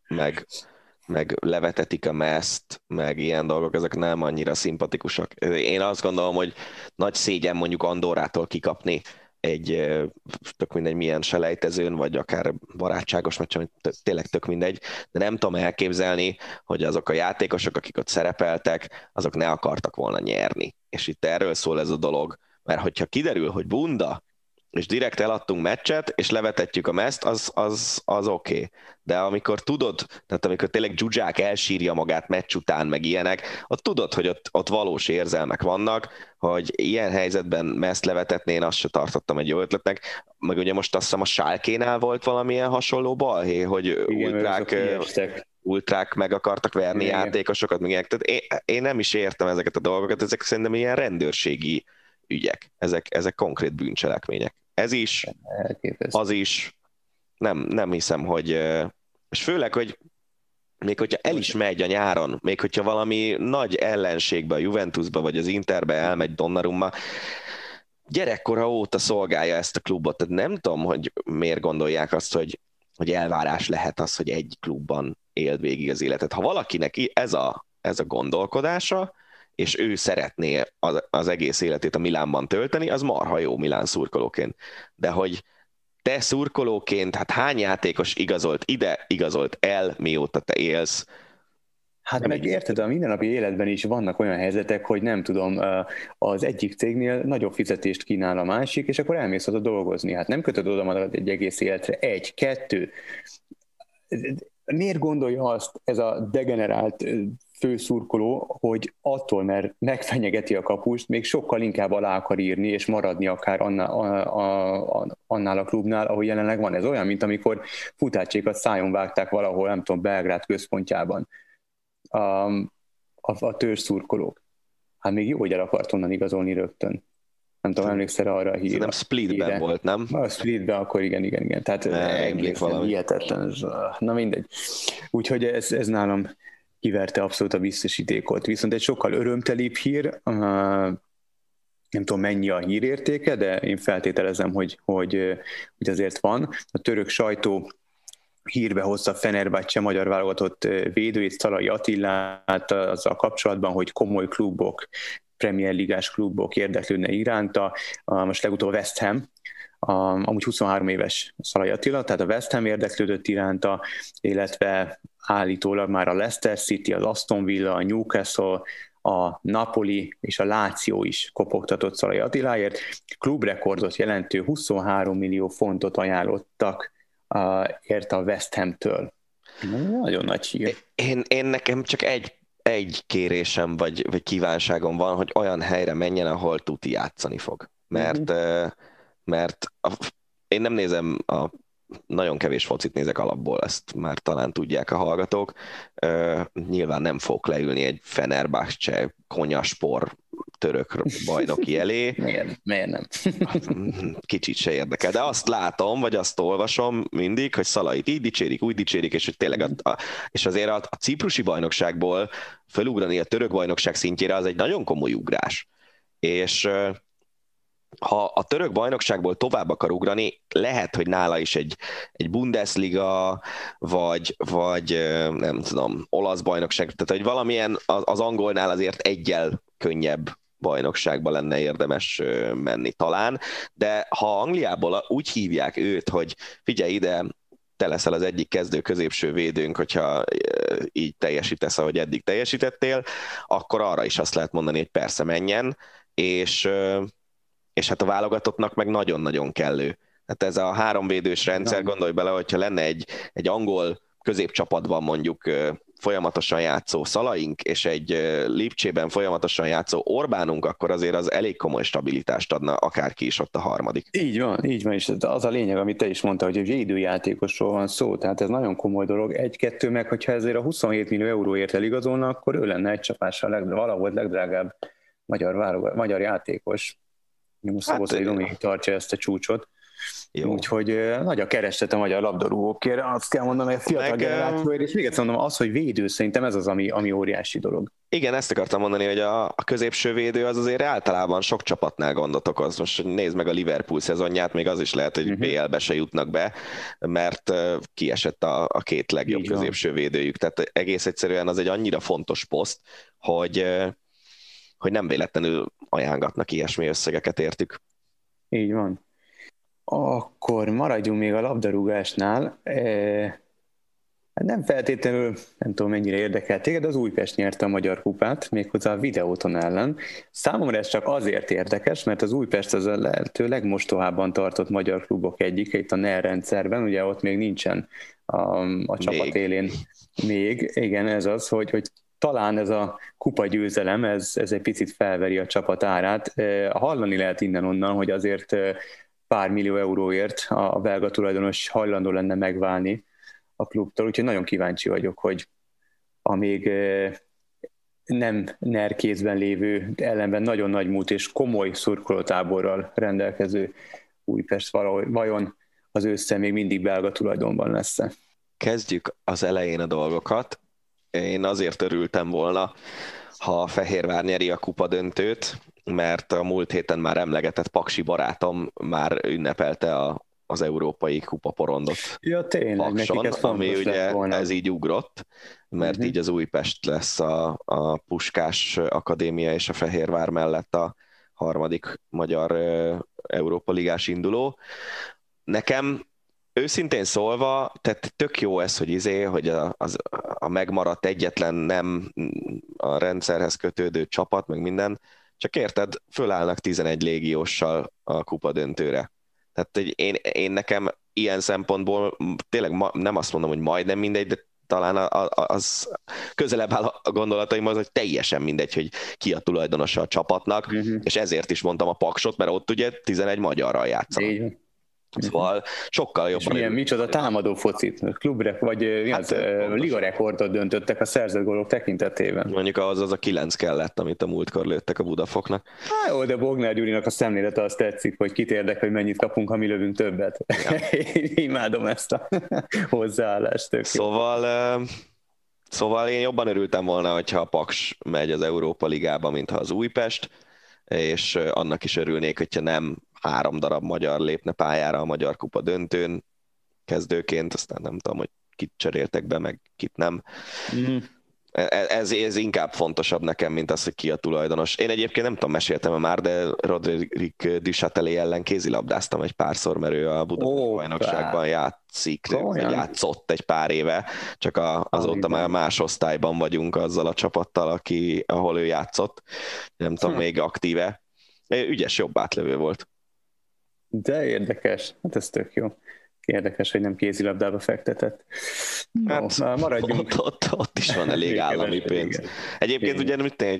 meg levetetik a mezt, meg ilyen dolgok, ezek nem annyira szimpatikusak. Én azt gondolom, hogy nagy szégyen mondjuk Andorrától kikapni egy tök mindegy milyen selejtezőn, vagy akár barátságos meccsen, tényleg tök mindegy, de nem tudom elképzelni, hogy azok a játékosok, akik ott szerepeltek, azok ne akartak volna nyerni. És itt erről szól ez a dolog, mert hogyha kiderül, hogy bunda, és direkt eladtunk meccset, és levetetjük a mezt, az oké. De amikor tudod, tehát amikor tényleg Zsuzsák elsírja magát meccs után, meg ilyenek, ott tudod, hogy ott valós érzelmek vannak, hogy ilyen helyzetben mezt levetetni, én azt se tartottam egy jó ötletnek. Meg ugye most azt hiszem a Schalkénál volt valamilyen hasonló balhé, hogy ultrák meg akartak verni játékosokat, meg ilyenek. Tehát én nem is értem ezeket a dolgokat, ezek szerintem ilyen rendőrségi ügyek, ezek konkrét bűncselekmények. Ez is, az is, nem hiszem, hogy, és főleg, hogy még hogyha el is megy a nyáron, még hogyha valami nagy ellenségbe, a Juventusba vagy az Interbe elmegy Donnarumma, gyerekkora óta szolgálja ezt a klubot, tehát nem tudom, hogy miért gondolják azt, hogy elvárás lehet az, hogy egy klubban éld végig az életet. Ha valakinek ez a gondolkodása, és ő szeretné az egész életét a Milánban tölteni, az marha jó Milán szurkolóként. De hogy te szurkolóként, hát hány játékos igazolt ide, igazolt el, mióta te élsz? Hát meg érted, a mindennapi életben is vannak olyan helyzetek, hogy nem tudom, az egyik cégnél nagyobb fizetést kínál a másik, és akkor elmész oda dolgozni. Hát nem kötöd oda magad egy egész életre. 1, 2. Miért gondolja azt ez a degenerált főszurkoló, hogy attól, mert megfenyegeti a kapust, még sokkal inkább alá akar írni, és maradni akár annál a klubnál, ahol jelenleg van. Ez olyan, mint amikor futácsékat szájon vágták valahol, nem tudom, Belgrád központjában a törzsszurkolók. Hát még jó, hogy el akart onnan igazolni rögtön. Nem tudom, emlékszel arra a hírra. Nem Splitben volt, nem? A Splitben, akkor igen. Tehát egészen hihetetlen. Na mindegy. Úgyhogy ez nálam kiverte abszolút a biztosítékot. Viszont egy sokkal örömtelibb hír, nem tudom mennyi a hírértéke, de én feltételezem, hogy azért van. A török sajtó hírbe hozta Fenerbahce magyar válogatott védőjét, Szalai Attilát azzal kapcsolatban, hogy komoly klubok, Premier Ligás klubok érdeklődne iránta. Most legutóbb a West Ham, amúgy 23 éves Szalai Attila, tehát a West Ham érdeklődött iránta, illetve állítólag már a Leicester City, az Aston Villa, a Newcastle, a Napoli és a Lazio is kopogtatott Szalai Attiláért. Klubrekordot jelentő 23 millió fontot ajánlottak érte a West Ham-től. Nagyon nagy hír. Én nekem csak egy kérésem vagy kívánságom van, hogy olyan helyre menjen, ahol tuti játszani fog. Mert én nem nézem nagyon kevés focit nézek alapból, ezt már talán tudják a hallgatók. Nyilván nem fogok leülni egy Fenerbahce konyaspor török bajnoki elé. Miért nem? Kicsit se érdekel, de azt látom, vagy azt olvasom mindig, hogy Szalait így dicsérik, úgy dicsérik, és hogy tényleg és azért a ciprusi bajnokságból felugrani a török bajnokság szintjére az egy nagyon komoly ugrás. És ha a török bajnokságból tovább akar ugrani, lehet, hogy nála is egy Bundesliga, vagy nem tudom, olasz bajnokság, tehát hogy valamilyen az angolnál azért egyel könnyebb bajnokságba lenne érdemes menni talán, de ha Angliából úgy hívják őt, hogy figyelj ide, te leszel az egyik kezdő középső védőnk, hogyha így teljesítesz, ahogy eddig teljesítettél, akkor arra is azt lehet mondani, hogy persze menjen, és hát a válogatottnak meg nagyon-nagyon kellő. Hát ez a háromvédős rendszer, gondolj bele, hogyha lenne egy angol középcsapatban mondjuk folyamatosan játszó Szalaink, és egy Lipcsében folyamatosan játszó Orbánunk, akkor azért az elég komoly stabilitást adna, akárki is ott a harmadik. Így van, és az a lényeg, amit te is mondtál, hogy a védőjátékosról van szó, tehát ez nagyon komoly dolog. 1-2 meg, hogyha ezért a 27 millió euróért eligazolna, akkor ő lenne egy csapással valahol legdrágább magyar játékos. Szaboszai Dominik tartja ezt a csúcsot. Jó. Úgyhogy nagy a kereslet a magyar labdarúgókért, azt kell mondani, hogy a fiatal generációért, és még egyszer mondom, az, hogy védő, szerintem ez az, ami óriási dolog. Igen, ezt akartam mondani, hogy a középső védő az azért általában sok csapatnál gondot okoz. Most nézd meg a Liverpool szezonját, még az is lehet, hogy BL-be se jutnak be, mert kiesett a két legjobb középső védőjük. Tehát egész egyszerűen az egy annyira fontos poszt, hogy nem véletlenül ajánlatnak ilyesmi összegeket értük. Így van. Akkor maradjunk még a labdarúgásnál. Hát nem feltétlenül, nem tudom mennyire érdekel téged, az Újpest nyerte a Magyar Kupát, méghozzá a Videóton ellen. Számomra ez csak azért érdekes, mert az Újpest az a lehető legmostohábban tartott magyar klubok egyike, itt a NER rendszerben, ugye ott még nincsen a csapat élén még. Igen, ez az, hogy talán ez a kupa győzelem, ez egy picit felveri a csapat árát. Hallani lehet innen-onnan, hogy azért pár millió euróért a belga tulajdonos hajlandó lenne megválni a klubtól, úgyhogy nagyon kíváncsi vagyok, hogy a még nem NER kézben lévő, ellenben nagyon nagy múlt és komoly szurkolótáborral rendelkező Újpest vajon az ősszel még mindig belga tulajdonban lesz-e. Kezdjük az elején a dolgokat. Én azért örültem volna, ha a Fehérvár nyeri a kupadöntőt, mert a múlt héten már emlegetett paksi barátom már ünnepelte az európai kupaporondot. Ja, tényleg, Pakson, ami ugye ez így ugrott, mert így az Újpest lesz a Puskás Akadémia és a Fehérvár mellett a harmadik magyar Európa Ligás induló. Nekem őszintén szólva, tehát tök jó ez, hogy a megmaradt egyetlen nem a rendszerhez kötődő csapat, meg minden, csak érted, fölállnak 11 légióssal a kupadöntőre. Tehát én nekem ilyen szempontból tényleg nem azt mondom, hogy majdnem mindegy, de talán az közelebb áll a gondolataimhoz, hogy teljesen mindegy, hogy ki a tulajdonosa a csapatnak, és ezért is mondtam a Paksot, mert ott ugye 11 magyarral játszanak. Szóval sokkal jobban. És micsoda támadó focit, klubrek, vagy ligarekordot döntöttek a szerzett gólok tekintetében. Mondjuk az a 9 kellett, amit a múltkor lőttek a Budafoknak. Jó, de Bognár Gyurinak a szemlélete azt tetszik, hogy kit érdekel, hogy mennyit kapunk, ha mi lövünk többet. Ja. Én imádom ezt a hozzáállást. Szóval én jobban örültem volna, hogyha a Paks megy az Európa Ligába, mintha az Újpest, és annak is örülnék, hogyha nem 3 darab magyar lépne pályára a Magyar Kupa döntőn kezdőként, aztán nem tudom, hogy kit cseréltek be, meg kit nem. Ez inkább fontosabb nekem, mint az, hogy ki a tulajdonos. Én egyébként nem tudom, meséltem már, de Roderick Duchatelet ellen kézilabdáztam egy párszor, mert ő a Budapesti bajnokságban játszott egy pár éve, csak azóta már más osztályban vagyunk azzal a csapattal, ahol ő játszott. Nem tudom, még aktíve. Ügyes, jobb átlövő volt. De érdekes, hát ez tök jó. Érdekes, hogy nem kézilabdába fektetett. Hát, maradjunk. Ott is van elég állami pénz. Igen. Egyébként ugye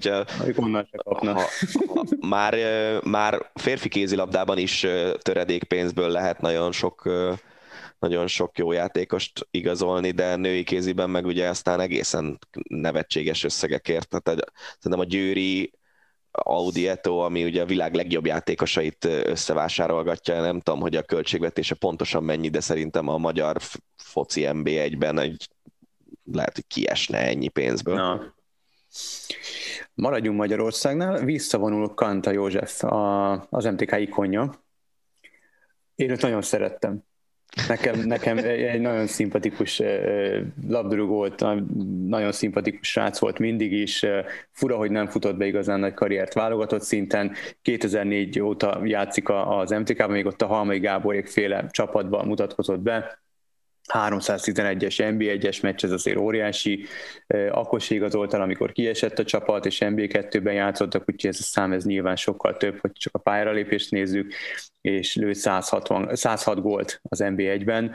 már férfi kézilabdában is töredékpénzből lehet nagyon sok jó játékost igazolni, de női kéziben meg ugye aztán egészen nevetséges összegekért. Tehát szerintem a győri Audi Eto, ami ugye a világ legjobb játékosait összevásárolgatja, nem tudom, hogy a költségvetése pontosan mennyi, de szerintem a magyar foci NB1-ben lehet, hogy kiesne ennyi pénzből. Na. Maradjunk Magyarországnál, visszavonul Kanta József, az MTK ikonja. Én őt nagyon szerettem. Nekem egy nagyon szimpatikus labdarúgó volt, nagyon szimpatikus srác volt mindig is, fura, hogy nem futott be igazán nagy karriert válogatott szinten, 2004 óta játszik az MTK-ban, még ott a Halmai Gáborék féle csapatban mutatkozott be, 311-es NB1-es meccs, ez azért óriási, akkor se igazolt el, amikor kiesett a csapat, és NB2-ben játszottak, úgyhogy ez a szám ez nyilván sokkal több, hogy csak a pályára lépést nézzük, és lőtt 106 gólt az NB1-ben.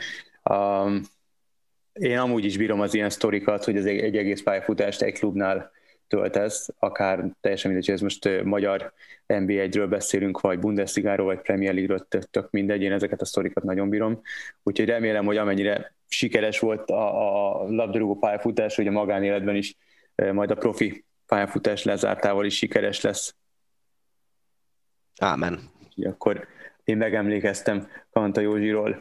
Én amúgy is bírom az ilyen sztorikat, hogy ez egy egész pályafutást egy klubnál töltesz, akár teljesen mindegy, hogy ez most magyar NB1-ről beszélünk, vagy Bundesligáról, vagy Premier League-ről, tök mindegy, én ezeket a sztorikat nagyon bírom. Úgyhogy remélem, hogy amennyire sikeres volt a labdarúgó pályafutás, hogy a magánéletben is majd a profi pályafutás lezártával is sikeres lesz. Ámen. Akkor én megemlékeztem Kanta Józsiról.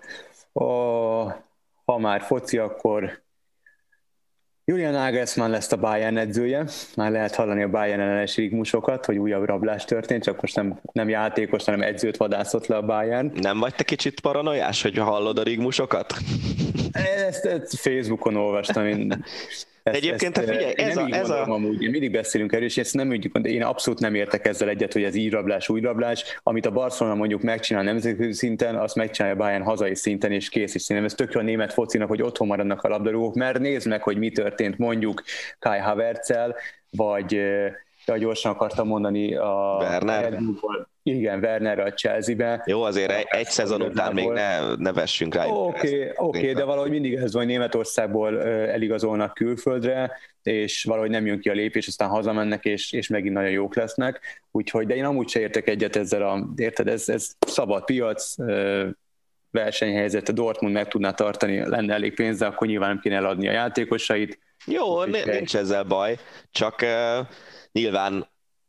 Ha már foci, akkor Julian Nagelsmann lesz a Bayern edzője, már lehet hallani a Bayern ellenes rigmusokat, hogy újabb rablás történt, csak most nem játékos, hanem edzőt vadászott le a Bayern. Nem vagy te kicsit paranoiás, hogy hallod a rigmusokat? Ezt Facebookon olvastam, én Egyébként figyelj, ez a... Amúgy, mindig beszélünk erről, és ezt nem mondjuk, én abszolút nem értek ezzel egyet, hogy ez így rablás, úgy rablás, amit a Barcelona mondjuk megcsinál nemzetközi szinten, azt megcsinálja Bayern hazai szinten, és kész is színem. Ez tök jó a német focinak, hogy otthon maradnak a labdarúgók, mert nézd meg, hogy mi történt mondjuk Kai Havertzel, vagy gyorsan akartam mondani a Werner. Igen, Werner a Chelsea-be. Jó, azért egy szezon után még ne vessünk rá. Oké, de valahogy mindig ez van, Németországból eligazolnak külföldre, és valahogy nem jön ki a lépés, aztán hazamennek, és megint nagyon jók lesznek. Úgyhogy, de én amúgy se értek egyet ezzel érted, ez szabad piac, versenyhelyzet, a Dortmund meg tudná tartani, lenne elég pénz, de akkor nyilván nem kéne eladni a játékosait. Jó, nincs ezzel baj, csak nyilván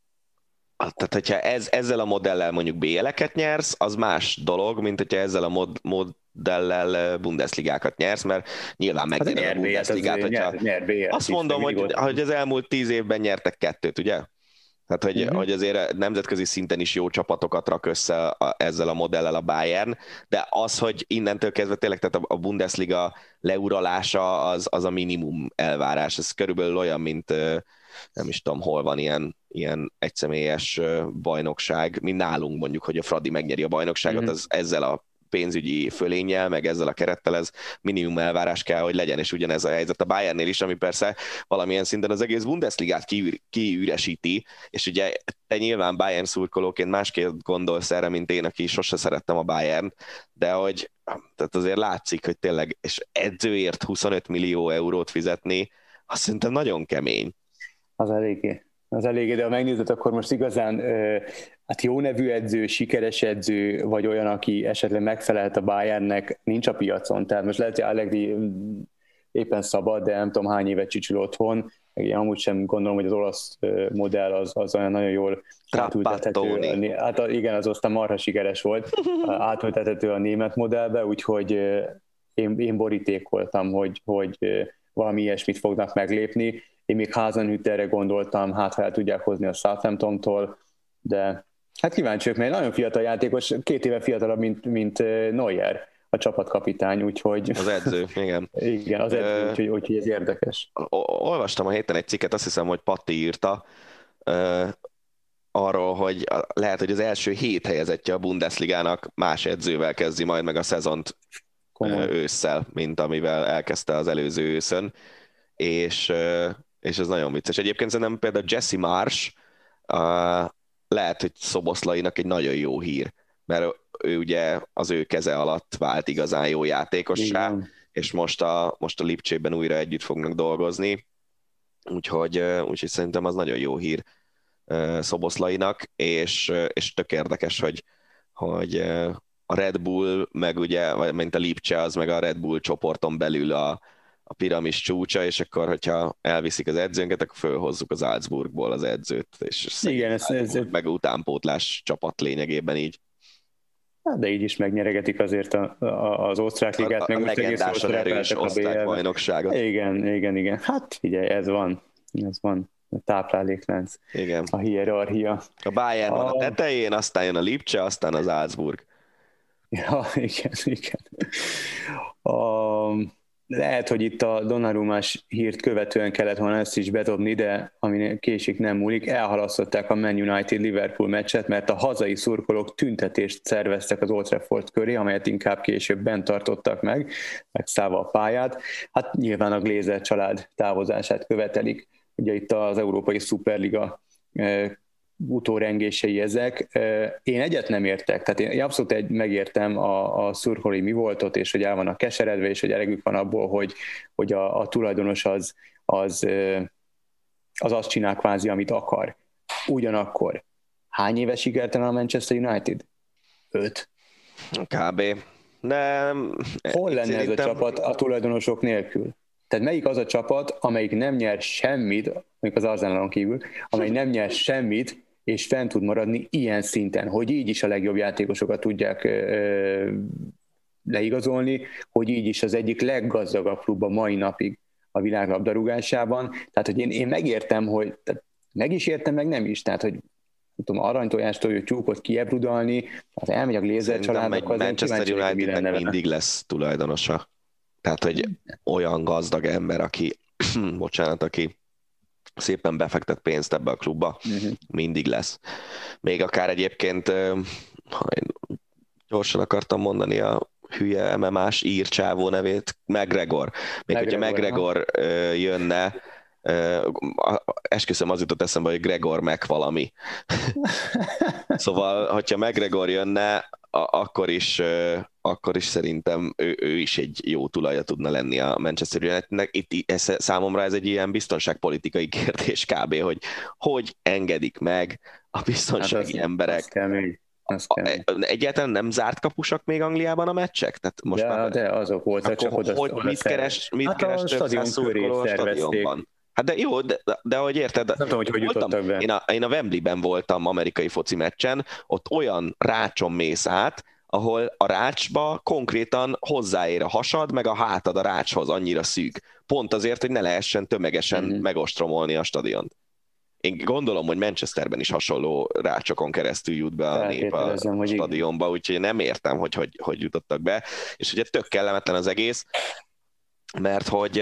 tehát, hogyha ezzel a modellel mondjuk BL-eket nyersz, az más dolog, mint hogyha ezzel a modellel Bundesligákat nyersz, mert nyilván megnyered a Bundesligát, hogyha... Azt mondom, hogy az elmúlt 10 évben nyertek 2, ugye? Tehát, hogy azért nemzetközi szinten is jó csapatokat rak össze ezzel a modellel a Bayern, de az, hogy innentől kezdve tényleg tehát a Bundesliga leuralása az a minimum elvárás. Ez körülbelül olyan, mint nem is tudom, hol van ilyen egyszemélyes bajnokság, mint nálunk mondjuk, hogy a Fradi megnyeri a bajnokságot, az ezzel a pénzügyi fölénnyel, meg ezzel a kerettel ez minimum elvárás kell, hogy legyen, és ugyanez a helyzet a Bayernnél is, ami persze valamilyen szinten az egész Bundesligát kiüresíti, és ugye te nyilván Bayern szurkolóként másképp gondolsz erre, mint én, aki sose szerettem a Bayern, de hogy tehát azért látszik, hogy tényleg, és edzőért 25 millió eurót fizetni, azt szerintem nagyon kemény. Az eléggé, de ha megnézed, akkor most igazán hát jó nevű edző, sikeres edző, vagy olyan, aki esetleg megfelelt a Bayernnek, nincs a piacon. Tehát most lehet, hogy Allegri éppen szabad, de nem tudom hány évet csücsül otthon. Én amúgy sem gondolom, hogy az olasz modell az olyan nagyon jól átültethető. Hát igen, az aztán marha sikeres volt. Átültethető a német modellbe, úgyhogy én borítékoltam, hogy valami ilyesmit fognak meglépni. Én még Hasenhüttelre gondoltam, ha el tudják hozni a Southamptontól, de hát kíváncsi vagyok, mert nagyon fiatal játékos, 2 éve fiatalabb, mint Neuer, a csapatkapitány, úgyhogy... Az edző, igen. Igen, az edző, úgyhogy ez érdekes. Olvastam a héten egy cikket, azt hiszem, hogy Patti írta, arról, hogy lehet, hogy az első 7 helyezettje a Bundesligának más edzővel kezdi majd meg a szezont ősszel, mint amivel elkezdte az előző őszön, és ez nagyon vicces. Egyébként szerintem például Jesse Marsch lehet, hogy Szoboszlainak egy nagyon jó hír, mert ő ugye az ő keze alatt vált igazán jó játékossá, és most a Lipcsében újra együtt fognak dolgozni, úgyhogy szerintem az nagyon jó hír Szoboszlainak, és tök érdekes, hogy a Red Bull, meg ugye, mint a Lipcse, az meg a Red Bull csoporton belül a piramis csúcsa, és akkor, hogyha elviszik az edzőnket, akkor fölhozzuk az Salzburgból az edzőt, és igen, ez meg utánpótlás csapat lényegében így. Hát, de így is megnyeregetik azért az osztrák ligát, meg most legendásan erős osztrák bajnokságot. Igen. Hát figyelj, ez van. A tápláléklánc. Igen. A hierarchia. A Bayern van a tetején, aztán jön a Lipcse, aztán az Salzburg. Ja, igen. Lehet, hogy itt a Donnarumás hírt követően kellett volna ezt is bedobni, de ami késik nem múlik, elhalasztották a Man United-Liverpool meccset, mert a hazai szurkolók tüntetést szerveztek az Old Trafford köré, amelyet inkább később bent tartottak megszállva a pályát. Hát nyilván a Glazer család távozását követelik. Ugye itt az Európai Szuperliga utórengései ezek. Én egyet nem értek, tehát én abszolút megértem a szurkolói mi voltot, és hogy el vannak keseredve, és hogy elegük van abból, hogy a tulajdonos az azt csinál kvázi, amit akar. Ugyanakkor hány éves sikertelen a Manchester United? 5. Kb. De hol lenne ez a csapat a tulajdonosok nélkül? Tehát melyik az a csapat, amelyik nem nyer semmit, mondjuk az Arsenalon kívül, amely nem nyer semmit, és fent tud maradni ilyen szinten, hogy így is a legjobb játékosokat tudják leigazolni, hogy így is az egyik leggazdagabb klub a mai napig a világ labdarúgásában. Tehát, hogy én megértem, hogy meg is értem, meg nem is. Tehát, hogy nem tudom, aranytojástól jött tyúkot kiebrudalni, az elmegy a Glazer családok, Manchester Unitednek mindig lesz tulajdonosa. Tehát, hogy olyan gazdag ember, aki bocsánat, aki szépen befektet pénzt ebbe a klubba, mindig lesz. Még akár egyébként, ha én gyorsan akartam mondani a hülye MMA-s ír csávó nevét, McGregor. Még hogyha McGregor jönne, esküszöm, az jutott eszembe, hogy Gregor meg valami. Szóval, hogyha McGregor jönne, akkor is szerintem ő is egy jó tulaja tudna lenni a Manchester Unitednek. Számomra ez egy ilyen biztonságpolitikai kérdés kb., hogy engedik meg a biztonsági emberek. Egyáltalán nem zárt kapusak még Angliában a meccsek? Tehát most de azok voltak, csak oda mit keres több száz szurkoló a stadionban? Hát de jó, de ahogy érted, nem tudom, hogy jutottak be. Én a Wembleyben voltam amerikai foci meccsen, ott olyan rácson mész át, ahol a rácsba konkrétan hozzáér a hasad, meg a hátad a rácshoz, annyira szűk. Pont azért, hogy ne lehessen tömegesen megostromolni a stadiont. Én gondolom, hogy Manchesterben is hasonló rácsokon keresztül jut be a nép a stadionba, úgyhogy nem értem, hogy jutottak be. És ugye tök kellemetlen az egész, mert hogy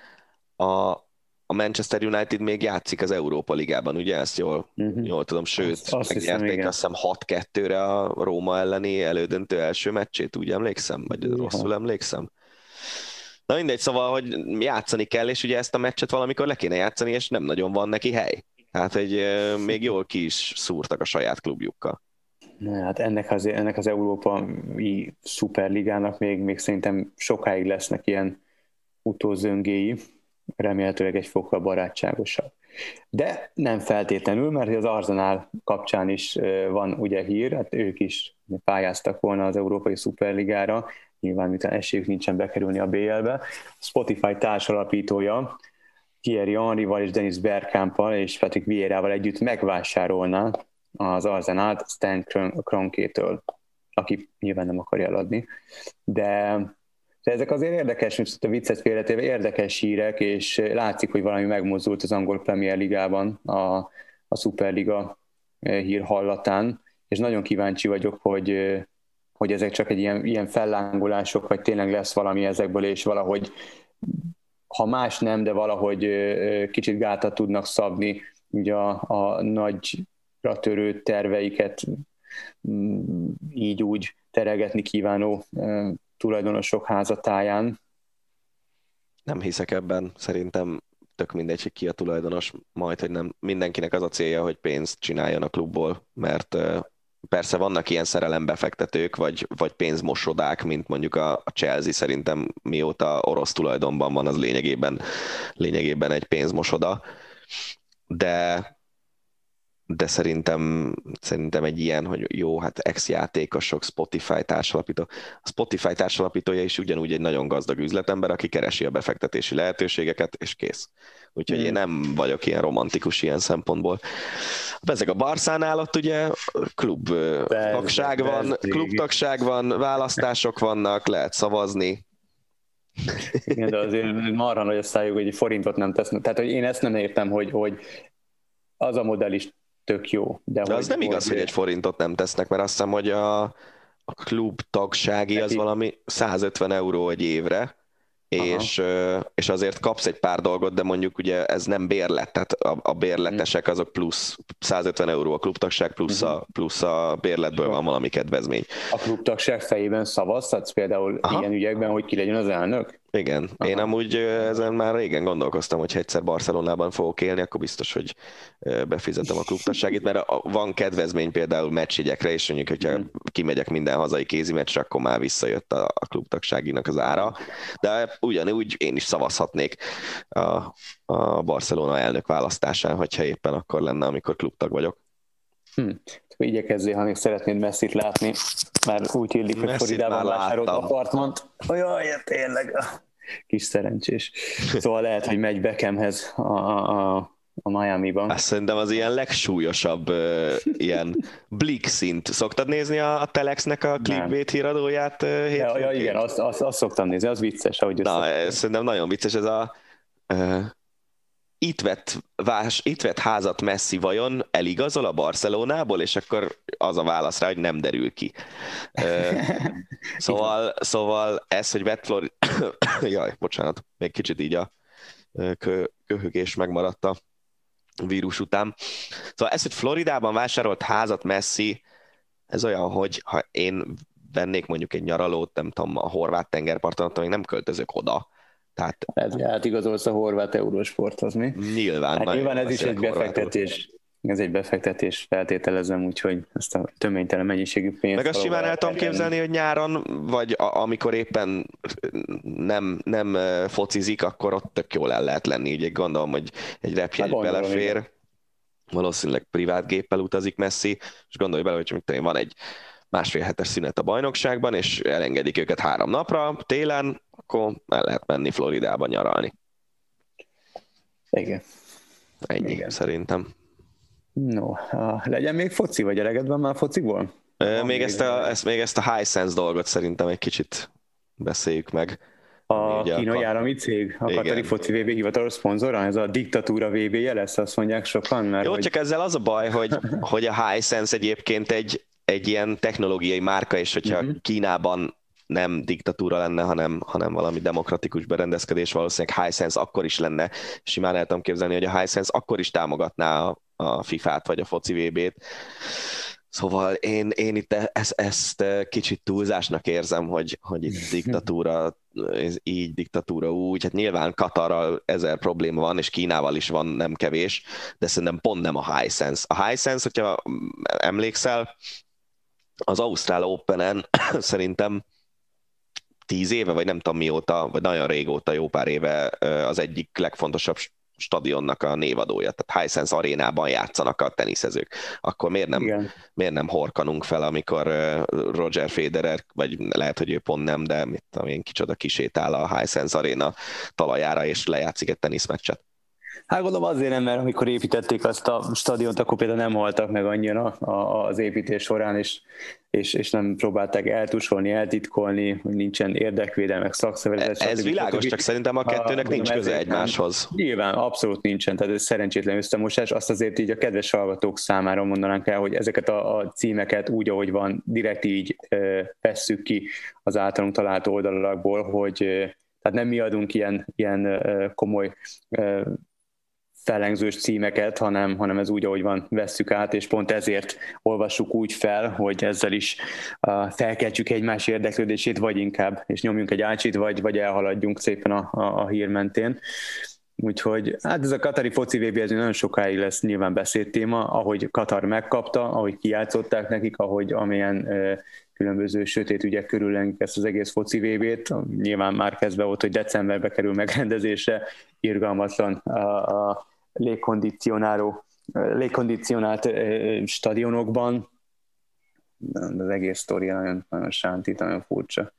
a Manchester United még játszik az Európa Ligában, ugye? Ezt jól tudom, sőt, megnyerték azt hiszem 6-2-re a Róma elleni elődöntő első meccsét, úgy emlékszem? Vagy rosszul emlékszem? Na mindegy, szóval, hogy játszani kell, és ugye ezt a meccset valamikor le kéne játszani, és nem nagyon van neki hely. Hát még jól ki is szúrtak a saját klubjukkal. Na, hát ennek az európai szuperligának még szerintem sokáig lesznek ilyen utózöngéi, remélhetőleg egy fokkal barátságosabb. De nem feltétlenül, mert az Arsenal kapcsán is van ugye hír, hát ők is pályáztak volna az Európai Szuperligára, nyilván miután esélyük nincsen bekerülni a BL-be. Spotify társalapítója Thierry Henryval és Dennis Bergkampal és Patrick Vieirával együtt megvásárolná az Arsenalt Stan Kroenke-től, aki nyilván nem akarja eladni. De ezek azért érdekes, mint a viccet félretéve érdekes hírek, és látszik, hogy valami megmozdult az angol Premier Ligában a Superliga hír hallatán, és nagyon kíváncsi vagyok, hogy ezek csak egy ilyen fellángolások, vagy tényleg lesz valami ezekből, és valahogy, ha más nem, de valahogy kicsit gátat tudnak szabni ugye a nagyra törő terveiket így úgy teregetni kívánó tulajdonosok házatáján. Nem hiszek ebben, szerintem tök mindegy, hogy ki a tulajdonos, majd, hogy nem mindenkinek az a célja, hogy pénzt csináljon a klubból, mert persze vannak ilyen szerelembefektetők, vagy pénzmosodák, mint mondjuk a Chelsea, szerintem mióta orosz tulajdonban van, az lényegében egy pénzmosoda, de szerintem egy ilyen, hogy jó, hát ex-játékosok, Spotify társalapító. A Spotify társalapítója is ugyanúgy egy nagyon gazdag üzletember, aki keresi a befektetési lehetőségeket, és kész. Úgyhogy én nem vagyok ilyen romantikus ilyen szempontból. Ezek a Barszánál ott ugye klubtagság van, választások vannak, lehet szavazni. Igen, de azért marha nagy a szájuk, hogy egy forintot nem tesznek. Tehát, hogy én ezt nem értem, hogy az a modell is tök jó. De az nem igaz, hogy egy forintot nem tesznek, mert azt hiszem, hogy a klub tagsági az valami 150 euró egy évre, és azért kapsz egy pár dolgot, de mondjuk ugye ez nem bérlet, tehát a bérletesek azok plusz 150 euró a klubtagság, plusz a bérletből van valami kedvezmény. A klubtagság fejében szavazhatsz például ilyen ügyekben, hogy ki legyen az elnök? Igen, én amúgy ezen már régen gondolkoztam, hogy egyszer Barcelonában fogok élni, akkor biztos, hogy befizetem a klubtagságit, mert van kedvezmény például meccsjegyekre, és mondjuk, hogyha kimegyek minden hazai kézi meccsre, akkor már visszajött a klubtagságinak az ára, de ugyanúgy én is szavazhatnék a Barcelona elnök választásán, hogyha éppen akkor lenne, amikor klubtag vagyok. Igyekezzél, ha még szeretnéd Messit látni, mert úgy illik, hogy Floridában vásárolt apartmant. Jaj, tényleg, kis szerencsés. Szóval lehet, hogy megy Beckhamhez a Miami-ban. Azt szerintem az ilyen legsúlyosabb ilyen blik szint. Szoktad nézni a Telexnek a clickbait híradóját? Ja, igen, azt szoktam nézni, az vicces, ahogy szerintem nagyon vicces ez a... Itt vett házat Messi vajon eligazol a Barcelonából, és akkor az a válasz rá, hogy nem derül ki. Szóval ez, hogy vett Jaj, bocsánat, még kicsit így a köhögés megmaradt a vírus után. Szóval ez, hogy Floridában vásárolt házat Messi, ez olyan, hogy ha én vennék mondjuk egy nyaralót, nem tudom, a horvát tengerparton, attól még nem költözök oda. Tehát... Ez átigazolsz a horvát Eurosporthoz, mi? Nyilván ez is egy befektetés. Ez egy befektetés, feltételezem, úgyhogy ezt a töménytelen mennyiségű pénzt... Meg azt simán el tudom képzelni, hogy nyáron, vagy amikor éppen nem focizik, akkor ott tök jól el lehet lenni. Így gondolom, hogy egy repjegy belefér. Igen. Valószínűleg privát géppel utazik Messi, és gondolj bele, hogy van egy 1,5 hetes szünet a bajnokságban, és elengedik őket 3 napra télen, akkor el lehet menni Floridába nyaralni. Igen. Ennyi, igen. Szerintem. No, legyen még foci, vagy eleged van már fociból? Még ezt a Hisense dolgot szerintem egy kicsit beszéljük meg. A kínai állami cég, a Katari Foci VB hivatalos szponzora, ez a diktatúra VB-je lesz, azt mondják sokan. Mert jó, csak ezzel az a baj, hogy a Hisense egyébként egy ilyen technológiai márka, és hogyha Kínában nem diktatúra lenne, hanem valami demokratikus berendezkedés, valószínűleg Hisense akkor is lenne. Simán el tudom képzelni, hogy a Hisense akkor is támogatná a FIFA-t vagy a foci VB-t. Szóval én itt ezt kicsit túlzásnak érzem, hogy itt diktatúra, így diktatúra úgy. Hát nyilván Katarral 1000 probléma van, és Kínával is van nem kevés, de szerintem pont nem a Hisense. A Hisense, hogyha emlékszel, az Ausztrál Openen szerintem 10 éve, vagy nem tudom mióta, vagy nagyon régóta, jó pár éve az egyik legfontosabb stadionnak a névadója, tehát Hisense arénában játszanak a teniszezők. Akkor miért nem horkanunk fel, amikor Roger Federer, vagy lehet, hogy ő pont nem, de mit tudom én, kicsoda kisétál a Hisense aréna talajára, és lejátszik egy teniszmeccset. Hát gondolom azért nem, mert amikor építették azt a stadiont, akkor például nem haltak meg annyira az építés során, és nem próbálták eltusolni, eltitkolni, hogy nincsen érdekvédelmek, szakszervezet. Ez világos, csak szerintem a kettőnek nincs köze egymáshoz. Nyilván, abszolút nincsen, tehát ez szerencsétlen összemosás. Azt azért így a kedves hallgatók számára mondanánk el, hogy ezeket a címeket úgy, ahogy van, direkt így vesszük ki az általunk talált oldalakból, hogy tehát nem mi adunk ilyen komoly fellengzős címeket, hanem ez úgy, ahogy van, vesszük át, és pont ezért olvassuk úgy fel, hogy ezzel is felkeltjük egymás érdeklődését, vagy inkább, és nyomjunk egy ácsit, vagy elhaladjunk szépen a hír mentén. Úgyhogy hát ez a katari foci VB, ez nagyon sokáig lesz nyilván beszédtéma, ahogy Katar megkapta, ahogy kijátszották nekik, amilyen különböző sötét ügyek körülengik ezt az egész foci VB-t. Nyilván már kezdve volt, hogy decemberbe kerül megrendezésre, irgalmatlan a légkondicionált stadionokban. Az egész sztori nagyon, nagyon sántít, nagyon furcsa.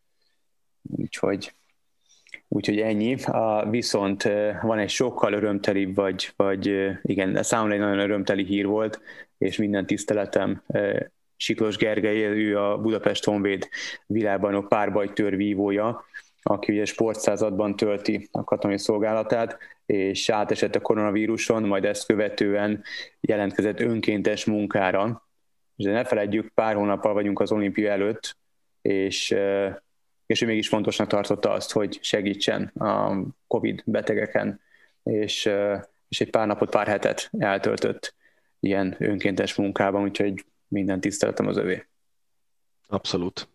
Úgyhogy ennyi. Viszont van egy sokkal örömtelibb, vagy igen, számomra egy nagyon örömteli hír volt, és minden tiszteletem Siklós Gergely, ő a Budapest Honvéd világbajnok párbajtőr vívója, aki ugye sportszázadban tölti a katonai szolgálatát, és átesett a koronavíruson, majd ezt követően jelentkezett önkéntes munkára. És ne feledjük, pár hónappal vagyunk az olimpia előtt, és ő mégis fontosnak tartotta azt, hogy segítsen a Covid betegeken, és egy pár napot, pár hetet eltöltött ilyen önkéntes munkában, úgyhogy minden tiszteletem az övé. Abszolút.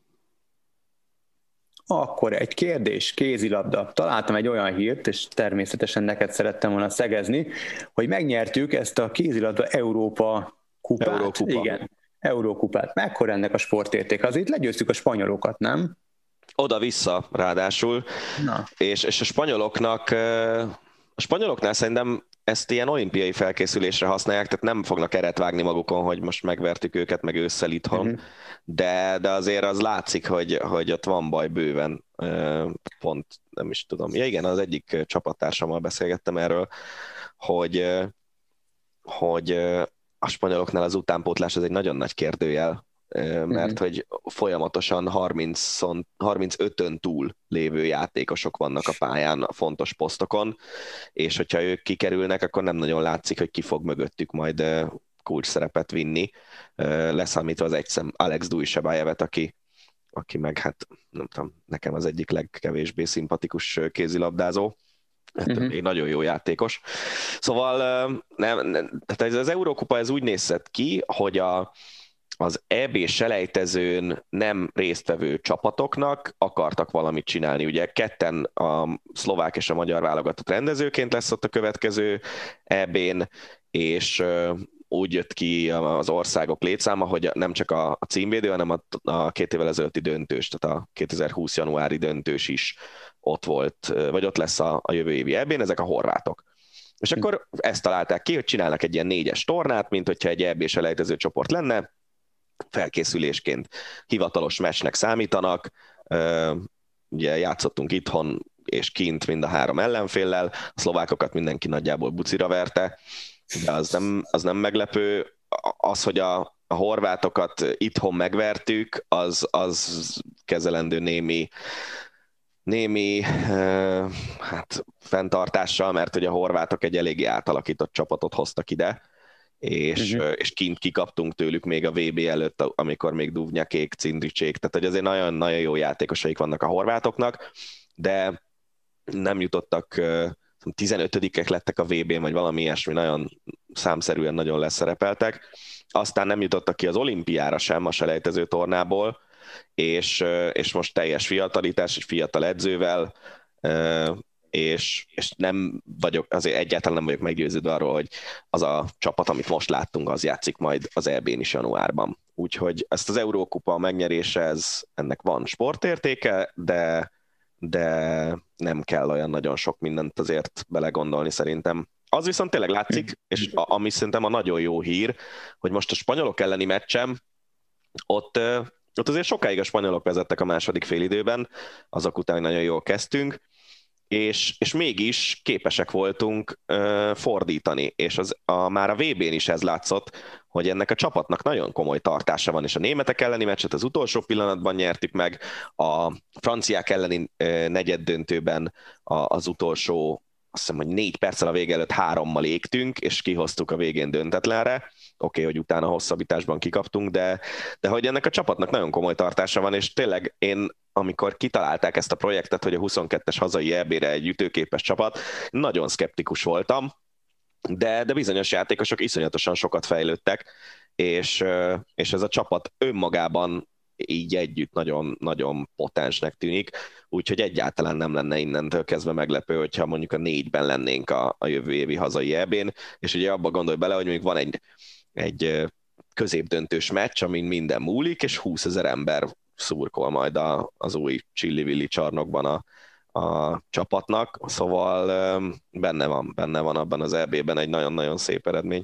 Akkor egy kérdés, kézilabda. Találtam egy olyan hírt, és természetesen neked szerettem volna szegezni, hogy megnyertük ezt a kézilabda Európa kupát. Igen, Eurókupát. Mekkora ennek a sportérték? Azért legyőztük a spanyolokat, nem? Oda-vissza ráadásul. Na. És a spanyoloknál szerintem ezt ilyen olimpiai felkészülésre használják, tehát nem fognak eret vágni magukon, hogy most megvertük őket, meg ősszel itthon, de azért az látszik, hogy ott van baj bőven, pont nem is tudom. Ja igen, az egyik csapattársammal beszélgettem erről, hogy a spanyoloknál az utánpótlás az egy nagyon nagy kérdőjel, mert hogy folyamatosan 35-ön túl lévő játékosok vannak a pályán a fontos posztokon, és hogyha ők kikerülnek, akkor nem nagyon látszik, hogy ki fog mögöttük majd kulcs szerepet vinni, leszámítva az egyszem Alex Dujsebájevet, aki meg hát nem tudom, nekem az egyik legkevésbé szimpatikus kézilabdázó, Egy nagyon jó játékos. Szóval tehát az Eurókupa ez úgy nézett ki, hogy az EB-selejtezőn nem résztvevő csapatoknak akartak valamit csinálni. Ugye ketten a szlovák és a magyar válogatott rendezőként lesz ott a következő EB-n, és úgy jött ki az országok létszáma, hogy nem csak a címvédő, hanem a 2 évvel ezelőtti döntős, tehát a 2020 januári döntős is ott volt, vagy ott lesz a jövő évi EB-n, ezek a horvátok. És akkor ezt találták ki, hogy csinálnak egy ilyen 4-es tornát, mint hogyha egy EB-selejtező csoport lenne, felkészülésként hivatalos meccsnek számítanak, ugye játszottunk itthon és kint mind a 3 ellenféllel, a szlovákokat mindenki nagyjából bucira verte, de az nem meglepő. Az, hogy a horvátokat itthon megvertük, az kezelendő némi fenntartással, mert hogy a horvátok egy eléggé átalakított csapatot hoztak ide, és kint kikaptunk tőlük még a VB előtt, amikor még Duvnyakék, Cindricsék, tehát hogy azért nagyon-nagyon jó játékosaik vannak a horvátoknak, de nem jutottak, 15-ek lettek a VB-n, vagy valami ilyesmi, nagyon számszerűen nagyon leszerepeltek. Aztán nem jutottak ki az olimpiára sem a selejtező tornából, és most teljes fiatalitás, egy fiatal edzővel, és nem vagyok, azért egyáltalán nem vagyok meggyőződve arról, hogy az a csapat, amit most láttunk, az játszik majd az EB-n is januárban. Úgyhogy ezt az Eurókupa megnyerése, ennek van sportértéke, de nem kell olyan nagyon sok mindent azért belegondolni szerintem. Az viszont tényleg látszik, és ami szerintem a nagyon jó hír, hogy most a spanyolok elleni meccsem, ott azért sokáig a spanyolok vezettek a második félidőben, azok után nagyon jól kezdtünk, és mégis képesek voltunk fordítani, és már a VB-n is ez látszott, hogy ennek a csapatnak nagyon komoly tartása van, és a németek elleni meccset az utolsó pillanatban nyertük meg, a franciák elleni negyeddöntőben az utolsó, azt hiszem, hogy 4 perccel a vége előtt 3-mal égtünk, és kihoztuk a végén döntetlenre. Oké, hogy utána hosszabbításban kikaptunk, de hogy ennek a csapatnak nagyon komoly tartása van, és tényleg amikor kitalálták ezt a projektet, hogy a 22-es hazai EB-re egy ütőképes csapat, nagyon szkeptikus voltam, de bizonyos játékosok iszonyatosan sokat fejlődtek, és ez a csapat önmagában így együtt nagyon, nagyon potensnek tűnik, úgyhogy egyáltalán nem lenne innentől kezdve meglepő, hogyha mondjuk a 4-ben lennénk a jövő évi hazai EB-n, és ugye abba gondolj bele, hogy mondjuk van egy középdöntős meccs, amin minden múlik, és 20 000 ember szurkol majd az új Csillivilli csarnokban a csapatnak, szóval benne van abban az EB-ben egy nagyon-nagyon szép eredmény.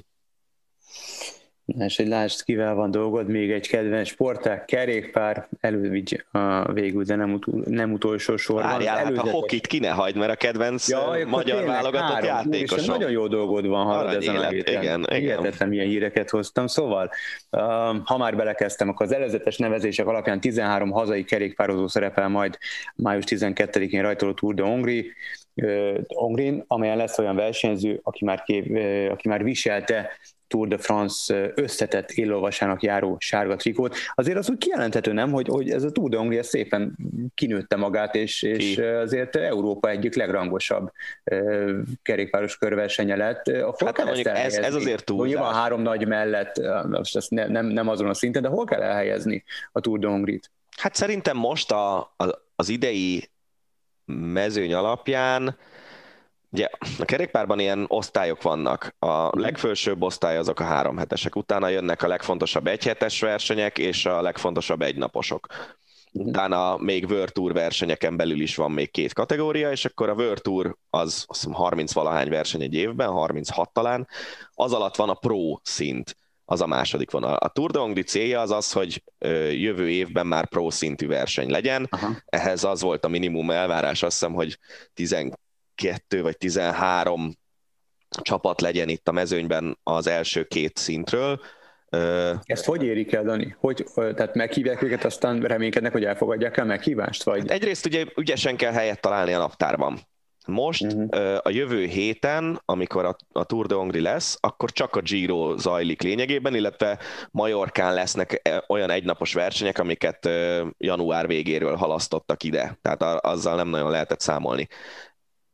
És hogy lásd, kivel van dolgod, még egy kedvenc sportág, kerékpár, elővigy végül, de nem utolsó sorban. Várjál, hát a hokit ki ne hagyd, mert a kedvenc magyar válogatott játékosom. És nagyon jó dolgod van, hallod ezen a héten. Igen. Hihetetlen, milyen híreket hoztam. Szóval, ha már belekezdtem, akkor az előzetes nevezések alapján 13 hazai kerékpározó szerepel majd május 12-én rajtoló Tour de Hongrin, amelyen lesz olyan versenyző, aki már viselte Tour de France összetett éllovassának járó sárga trikót. Azért az úgy kijelenthető, nem, hogy ez a Tour de Hongrie szépen kinőtte magát, és azért Európa egyik legrangosabb kerékpáros körversenye lett. Hol kell ezt ez azért túlzás. Nyilván 3 nagy mellett, ezt nem azon a szinten, de hol kell elhelyezni a Tour de Hongrit? Hát szerintem most az idei mezőny alapján ugye a kerékpárban ilyen osztályok vannak. A legfelsőbb osztály azok a 3 hetesek. Utána jönnek a legfontosabb 1 hetes versenyek és a legfontosabb 1 naposok. Utána még World Tour versenyeken belül is van még 2 kategória, és akkor a World Tour az azt hiszem 30-valahány verseny egy évben, 36 talán. Az alatt van a Pro szint, az a második vonal. A Tour de Hongrie célja az, hogy jövő évben már pro szintű verseny legyen. Aha. Ehhez az volt a minimum elvárás, azt hiszem, hogy 12 vagy 13 csapat legyen itt a mezőnyben az első 2 szintről. Ezt hogy érik el, Dani? Tehát meghívják őket, aztán reménykednek, hogy elfogadják el meghívást? Vagy? Hát egyrészt ugye ügyesen kell helyet találni a naptárban. Most a jövő héten, amikor a Tour de Hongrie lesz, akkor csak a Giro zajlik lényegében, illetve Majorkán lesznek olyan egynapos versenyek, amiket január végéről halasztottak ide. Tehát azzal nem nagyon lehetett számolni.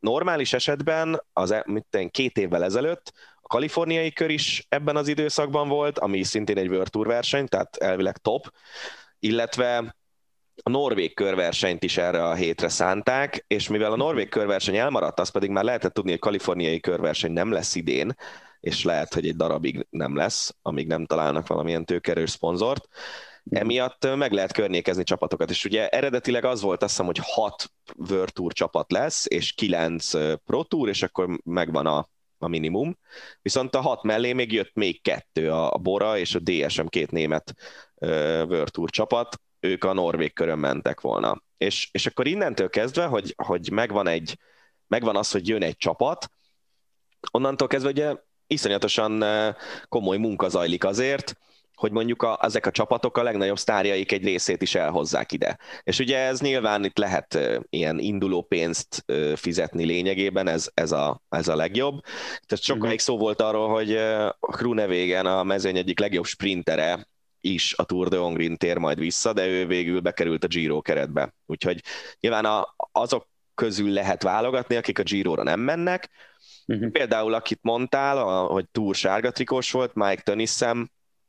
normális esetben mint 2 évvel ezelőtt a kaliforniai kör is ebben az időszakban volt, ami szintén egy World Tour verseny, tehát elvileg top, illetve a norvég körversenyt is erre a hétre szánták, és mivel a norvég körverseny elmaradt, az pedig már lehetett tudni, hogy a kaliforniai körverseny nem lesz idén, és lehet, hogy egy darabig nem lesz, amíg nem találnak valamilyen tőkerős szponzort. Emiatt meg lehet környékezni csapatokat, és ugye eredetileg az volt, azt hiszem, hogy 6 World Tour csapat lesz, és 9 Pro Tour, és akkor megvan a minimum. Viszont a 6 mellé még jött még 2, a Bora és a DSM, 2 német World Tour csapat, ők a norvég körön mentek volna. És akkor innentől kezdve, hogy megvan az, hogy jön egy csapat, onnantól kezdve ugye iszonyatosan komoly munka zajlik azért, hogy mondjuk ezek a csapatok a legnagyobb sztárjaik egy részét is elhozzák ide. És ugye ez nyilván itt lehet ilyen induló pénzt fizetni lényegében, ez a legjobb. Tehát sokáig szó volt arról, hogy Groenewegen a mezőny egyik legjobb sprintere is a Tour de Hongrin tér majd vissza, de ő végül bekerült a Giro keretbe. Úgyhogy nyilván azok közül lehet válogatni, akik a Girora nem mennek. Például akit mondtál, hogy Tour sárga trikós volt, Mike Tönnissen,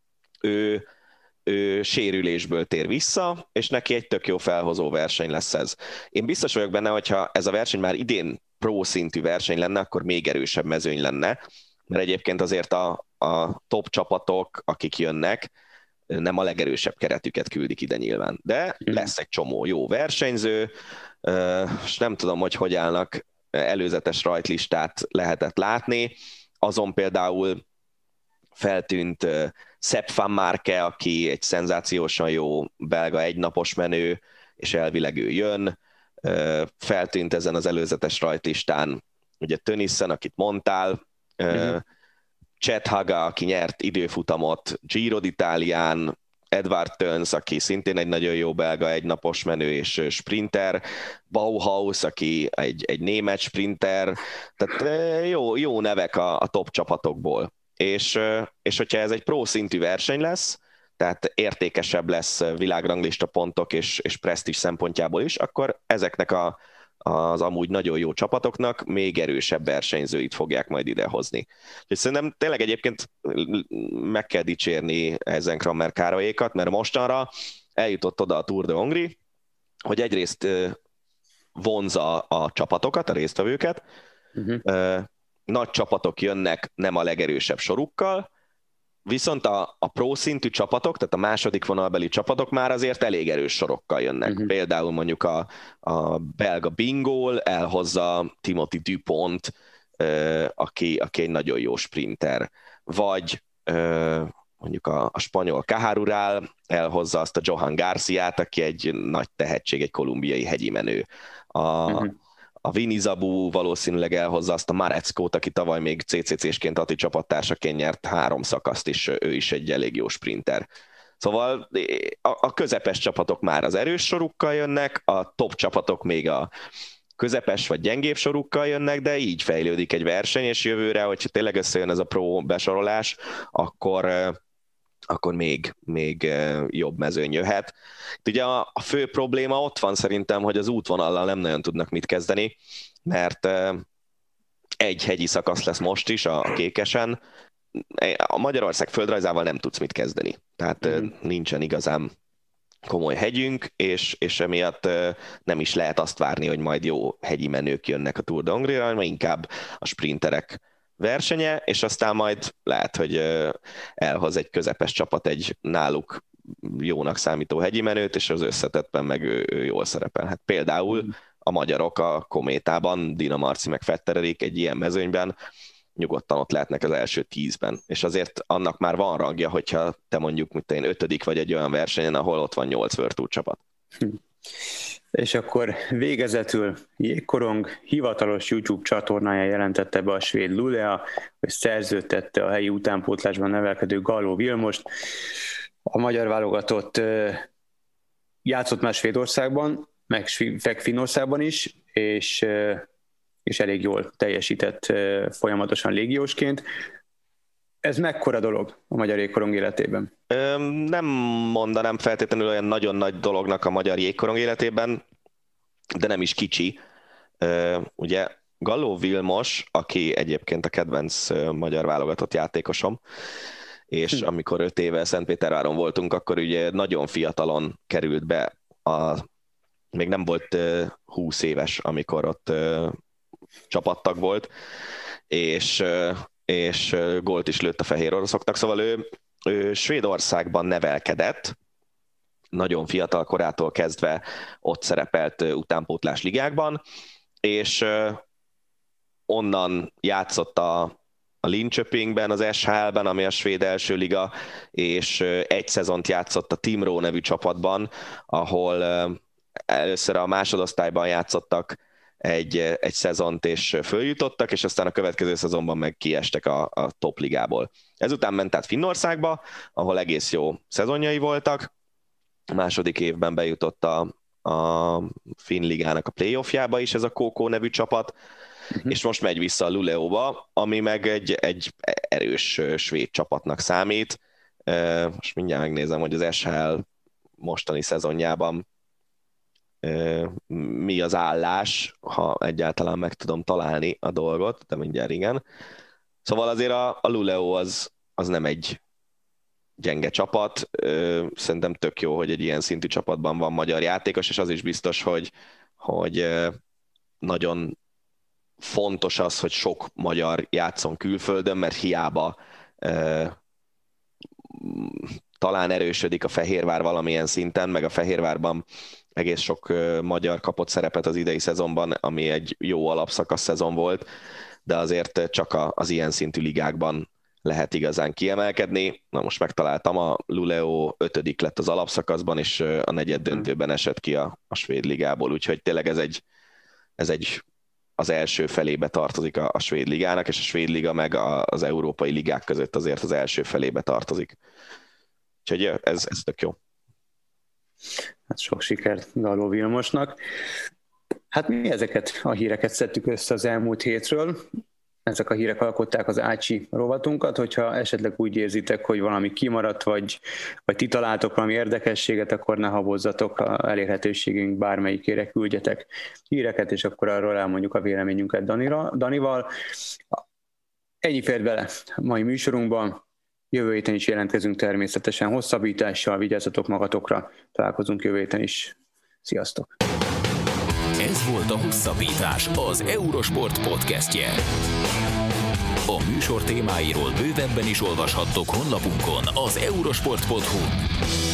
ő sérülésből tér vissza, és neki egy tök jó felhozó verseny lesz ez. Én biztos vagyok benne, hogyha ez a verseny már idén pro szintű verseny lenne, akkor még erősebb mezőny lenne, mert egyébként azért a top csapatok, akik jönnek, nem a legerősebb keretüket küldik ide nyilván. De lesz egy csomó jó versenyző, és nem tudom, hogy állnak, előzetes rajtlistát lehetett látni, azon például feltűnt Sepp van Marke, aki egy szenzációsan jó belga egynapos menő, és elvileg ő jön. Feltűnt ezen az előzetes rajtlistán ugye Tönnissen, akit mondtál, Chet Haga, aki nyert időfutamot Giro d'Italián, Edvard Teuns, aki szintén egy nagyon jó belga egynapos menő és sprinter, Bauhaus, aki egy német sprinter, tehát jó nevek a top csapatokból. És hogyha ez egy pro szintű verseny lesz, tehát értékesebb lesz világranglista pontok és presztízs szempontjából is, akkor ezeknek az amúgy nagyon jó csapatoknak még erősebb versenyzőit fogják majd idehozni. És szerintem tényleg egyébként meg kell dicsérni ezen Kramer Károlyékat, mert mostanra eljutott oda a Tour de Hongrie, hogy egyrészt vonzza a csapatokat, a résztvevőket, nagy csapatok jönnek nem a legerősebb sorukkal, viszont a pro szintű csapatok, tehát a második vonalbeli csapatok már azért elég erős sorokkal jönnek. Például mondjuk a belga Bingol elhozza Timothy Dupont, aki egy nagyon jó sprinter. Vagy mondjuk a spanyol Cajarural elhozza azt a Johan Garciát, aki egy nagy tehetség, egy kolumbiai hegyi menő. A Vini Zabú valószínűleg elhozza azt a Mareckót, aki tavaly még CCC-sként Ati csapattársaként nyert 3 szakaszt, és ő is egy elég jó sprinter. Szóval a közepes csapatok már az erős sorukkal jönnek, a top csapatok még a közepes vagy gyengébb sorukkal jönnek, de így fejlődik egy verseny, és jövőre, hogyha tényleg összejön ez a pro besorolás, akkor még jobb mezőny jöhet. Ugye a fő probléma ott van szerintem, hogy az útvonallal nem nagyon tudnak mit kezdeni, mert egy hegyi szakasz lesz most is a Kékesen. A Magyarország földrajzával nem tudsz mit kezdeni. Tehát nincsen igazán komoly hegyünk, és emiatt nem is lehet azt várni, hogy majd jó hegyi menők jönnek a Tour de Hongrie-ra, hanem inkább a sprinterek versenye, és aztán majd lehet, hogy elhoz egy közepes csapat egy náluk jónak számító hegyi menőt, és az összetettben meg ő jól szerepelhet. Például a magyarok a Kométában, Dina Marci meg Fettererik egy ilyen mezőnyben nyugodtan ott lehetnek az első 10-ben, és azért annak már van rangja, hogyha te mondjuk 5. vagy egy olyan versenyen, ahol ott van 8 World Tour csapat. És akkor végezetül Jégkorong hivatalos YouTube csatornáján jelentette be a svéd Lulea, hogy szerződtette a helyi utánpótlásban nevelkedő Galló Vilmost. A magyar válogatott játszott már Svédországban, meg Finnországban is, és elég jól teljesített folyamatosan légiósként. Ez mekkora dolog a magyar jégkorong életében? Nem mondanám feltétlenül olyan nagyon nagy dolognak a magyar jégkorong életében, de nem is kicsi. Ugye Galló Vilmos, aki egyébként a kedvenc magyar válogatott játékosom, és amikor 5 éve Szentpéterváron voltunk, akkor ugye nagyon fiatalon került be, még nem volt 20 éves, amikor ott csapattag volt, és gólt is lőtt a fehér oroszoknak, szóval ő Svédországban nevelkedett, nagyon fiatal korától kezdve ott szerepelt utánpótlás ligákban, és onnan játszott a Linköpingben, az SHL-ben, ami a svéd első liga, és egy szezont játszott a Timró nevű csapatban, ahol először a másodosztályban játszottak egy szezont, és följutottak, és aztán a következő szezonban meg kiestek a top ligából. Ezután ment át Finnországba, ahol egész jó szezonjai voltak. A második évben bejutott a Finn ligának a playoffjába is ez a KK nevű csapat, és most megy vissza a Luleåba, ami meg egy erős svéd csapatnak számít. Most mindjárt megnézem, hogy az SHL mostani szezonjában mi az állás, ha egyáltalán meg tudom találni a dolgot, de mindjárt igen. Szóval azért a Luleå az nem egy gyenge csapat, szerintem tök jó, hogy egy ilyen szintű csapatban van magyar játékos, és az is biztos, hogy nagyon fontos az, hogy sok magyar játszon külföldön, mert hiába talán erősödik a Fehérvár valamilyen szinten, meg a Fehérvárban egész sok magyar kapott szerepet az idei szezonban, ami egy jó alapszakasz szezon volt, de azért csak az ilyen szintű ligákban lehet igazán kiemelkedni. Na most megtaláltam, a Luleå 5. lett az alapszakaszban, és a negyeddöntőben esett ki a svéd ligából, úgyhogy tényleg ez egy az első felébe tartozik a svéd ligának, és a svéd liga meg az európai ligák között azért az első felébe tartozik. Úgyhogy ez tök jó. Hát sok sikert Galló Vilmosnak. Hát mi ezeket a híreket szedtük össze az elmúlt hétről. Ezek a hírek alkották az Ácsi rovatunkat, hogyha esetleg úgy érzitek, hogy valami kimaradt, vagy ti találtok valami érdekességet, akkor ne habozzatok, a elérhetőségünk bármelyikére küldjetek híreket, és akkor arról elmondjuk a véleményünket Danival. Ennyi fért bele a mai műsorunkban. Jövő héten is jelentkezünk természetesen hosszabbítással, vigyázzatok magatokra, találkozunk jövő héten is. Sziasztok! Ez volt a Hosszabbítás, az Eurosport podcastje. A műsor témáiról bővebben is olvashattok honlapunkon, az eurosport.hu.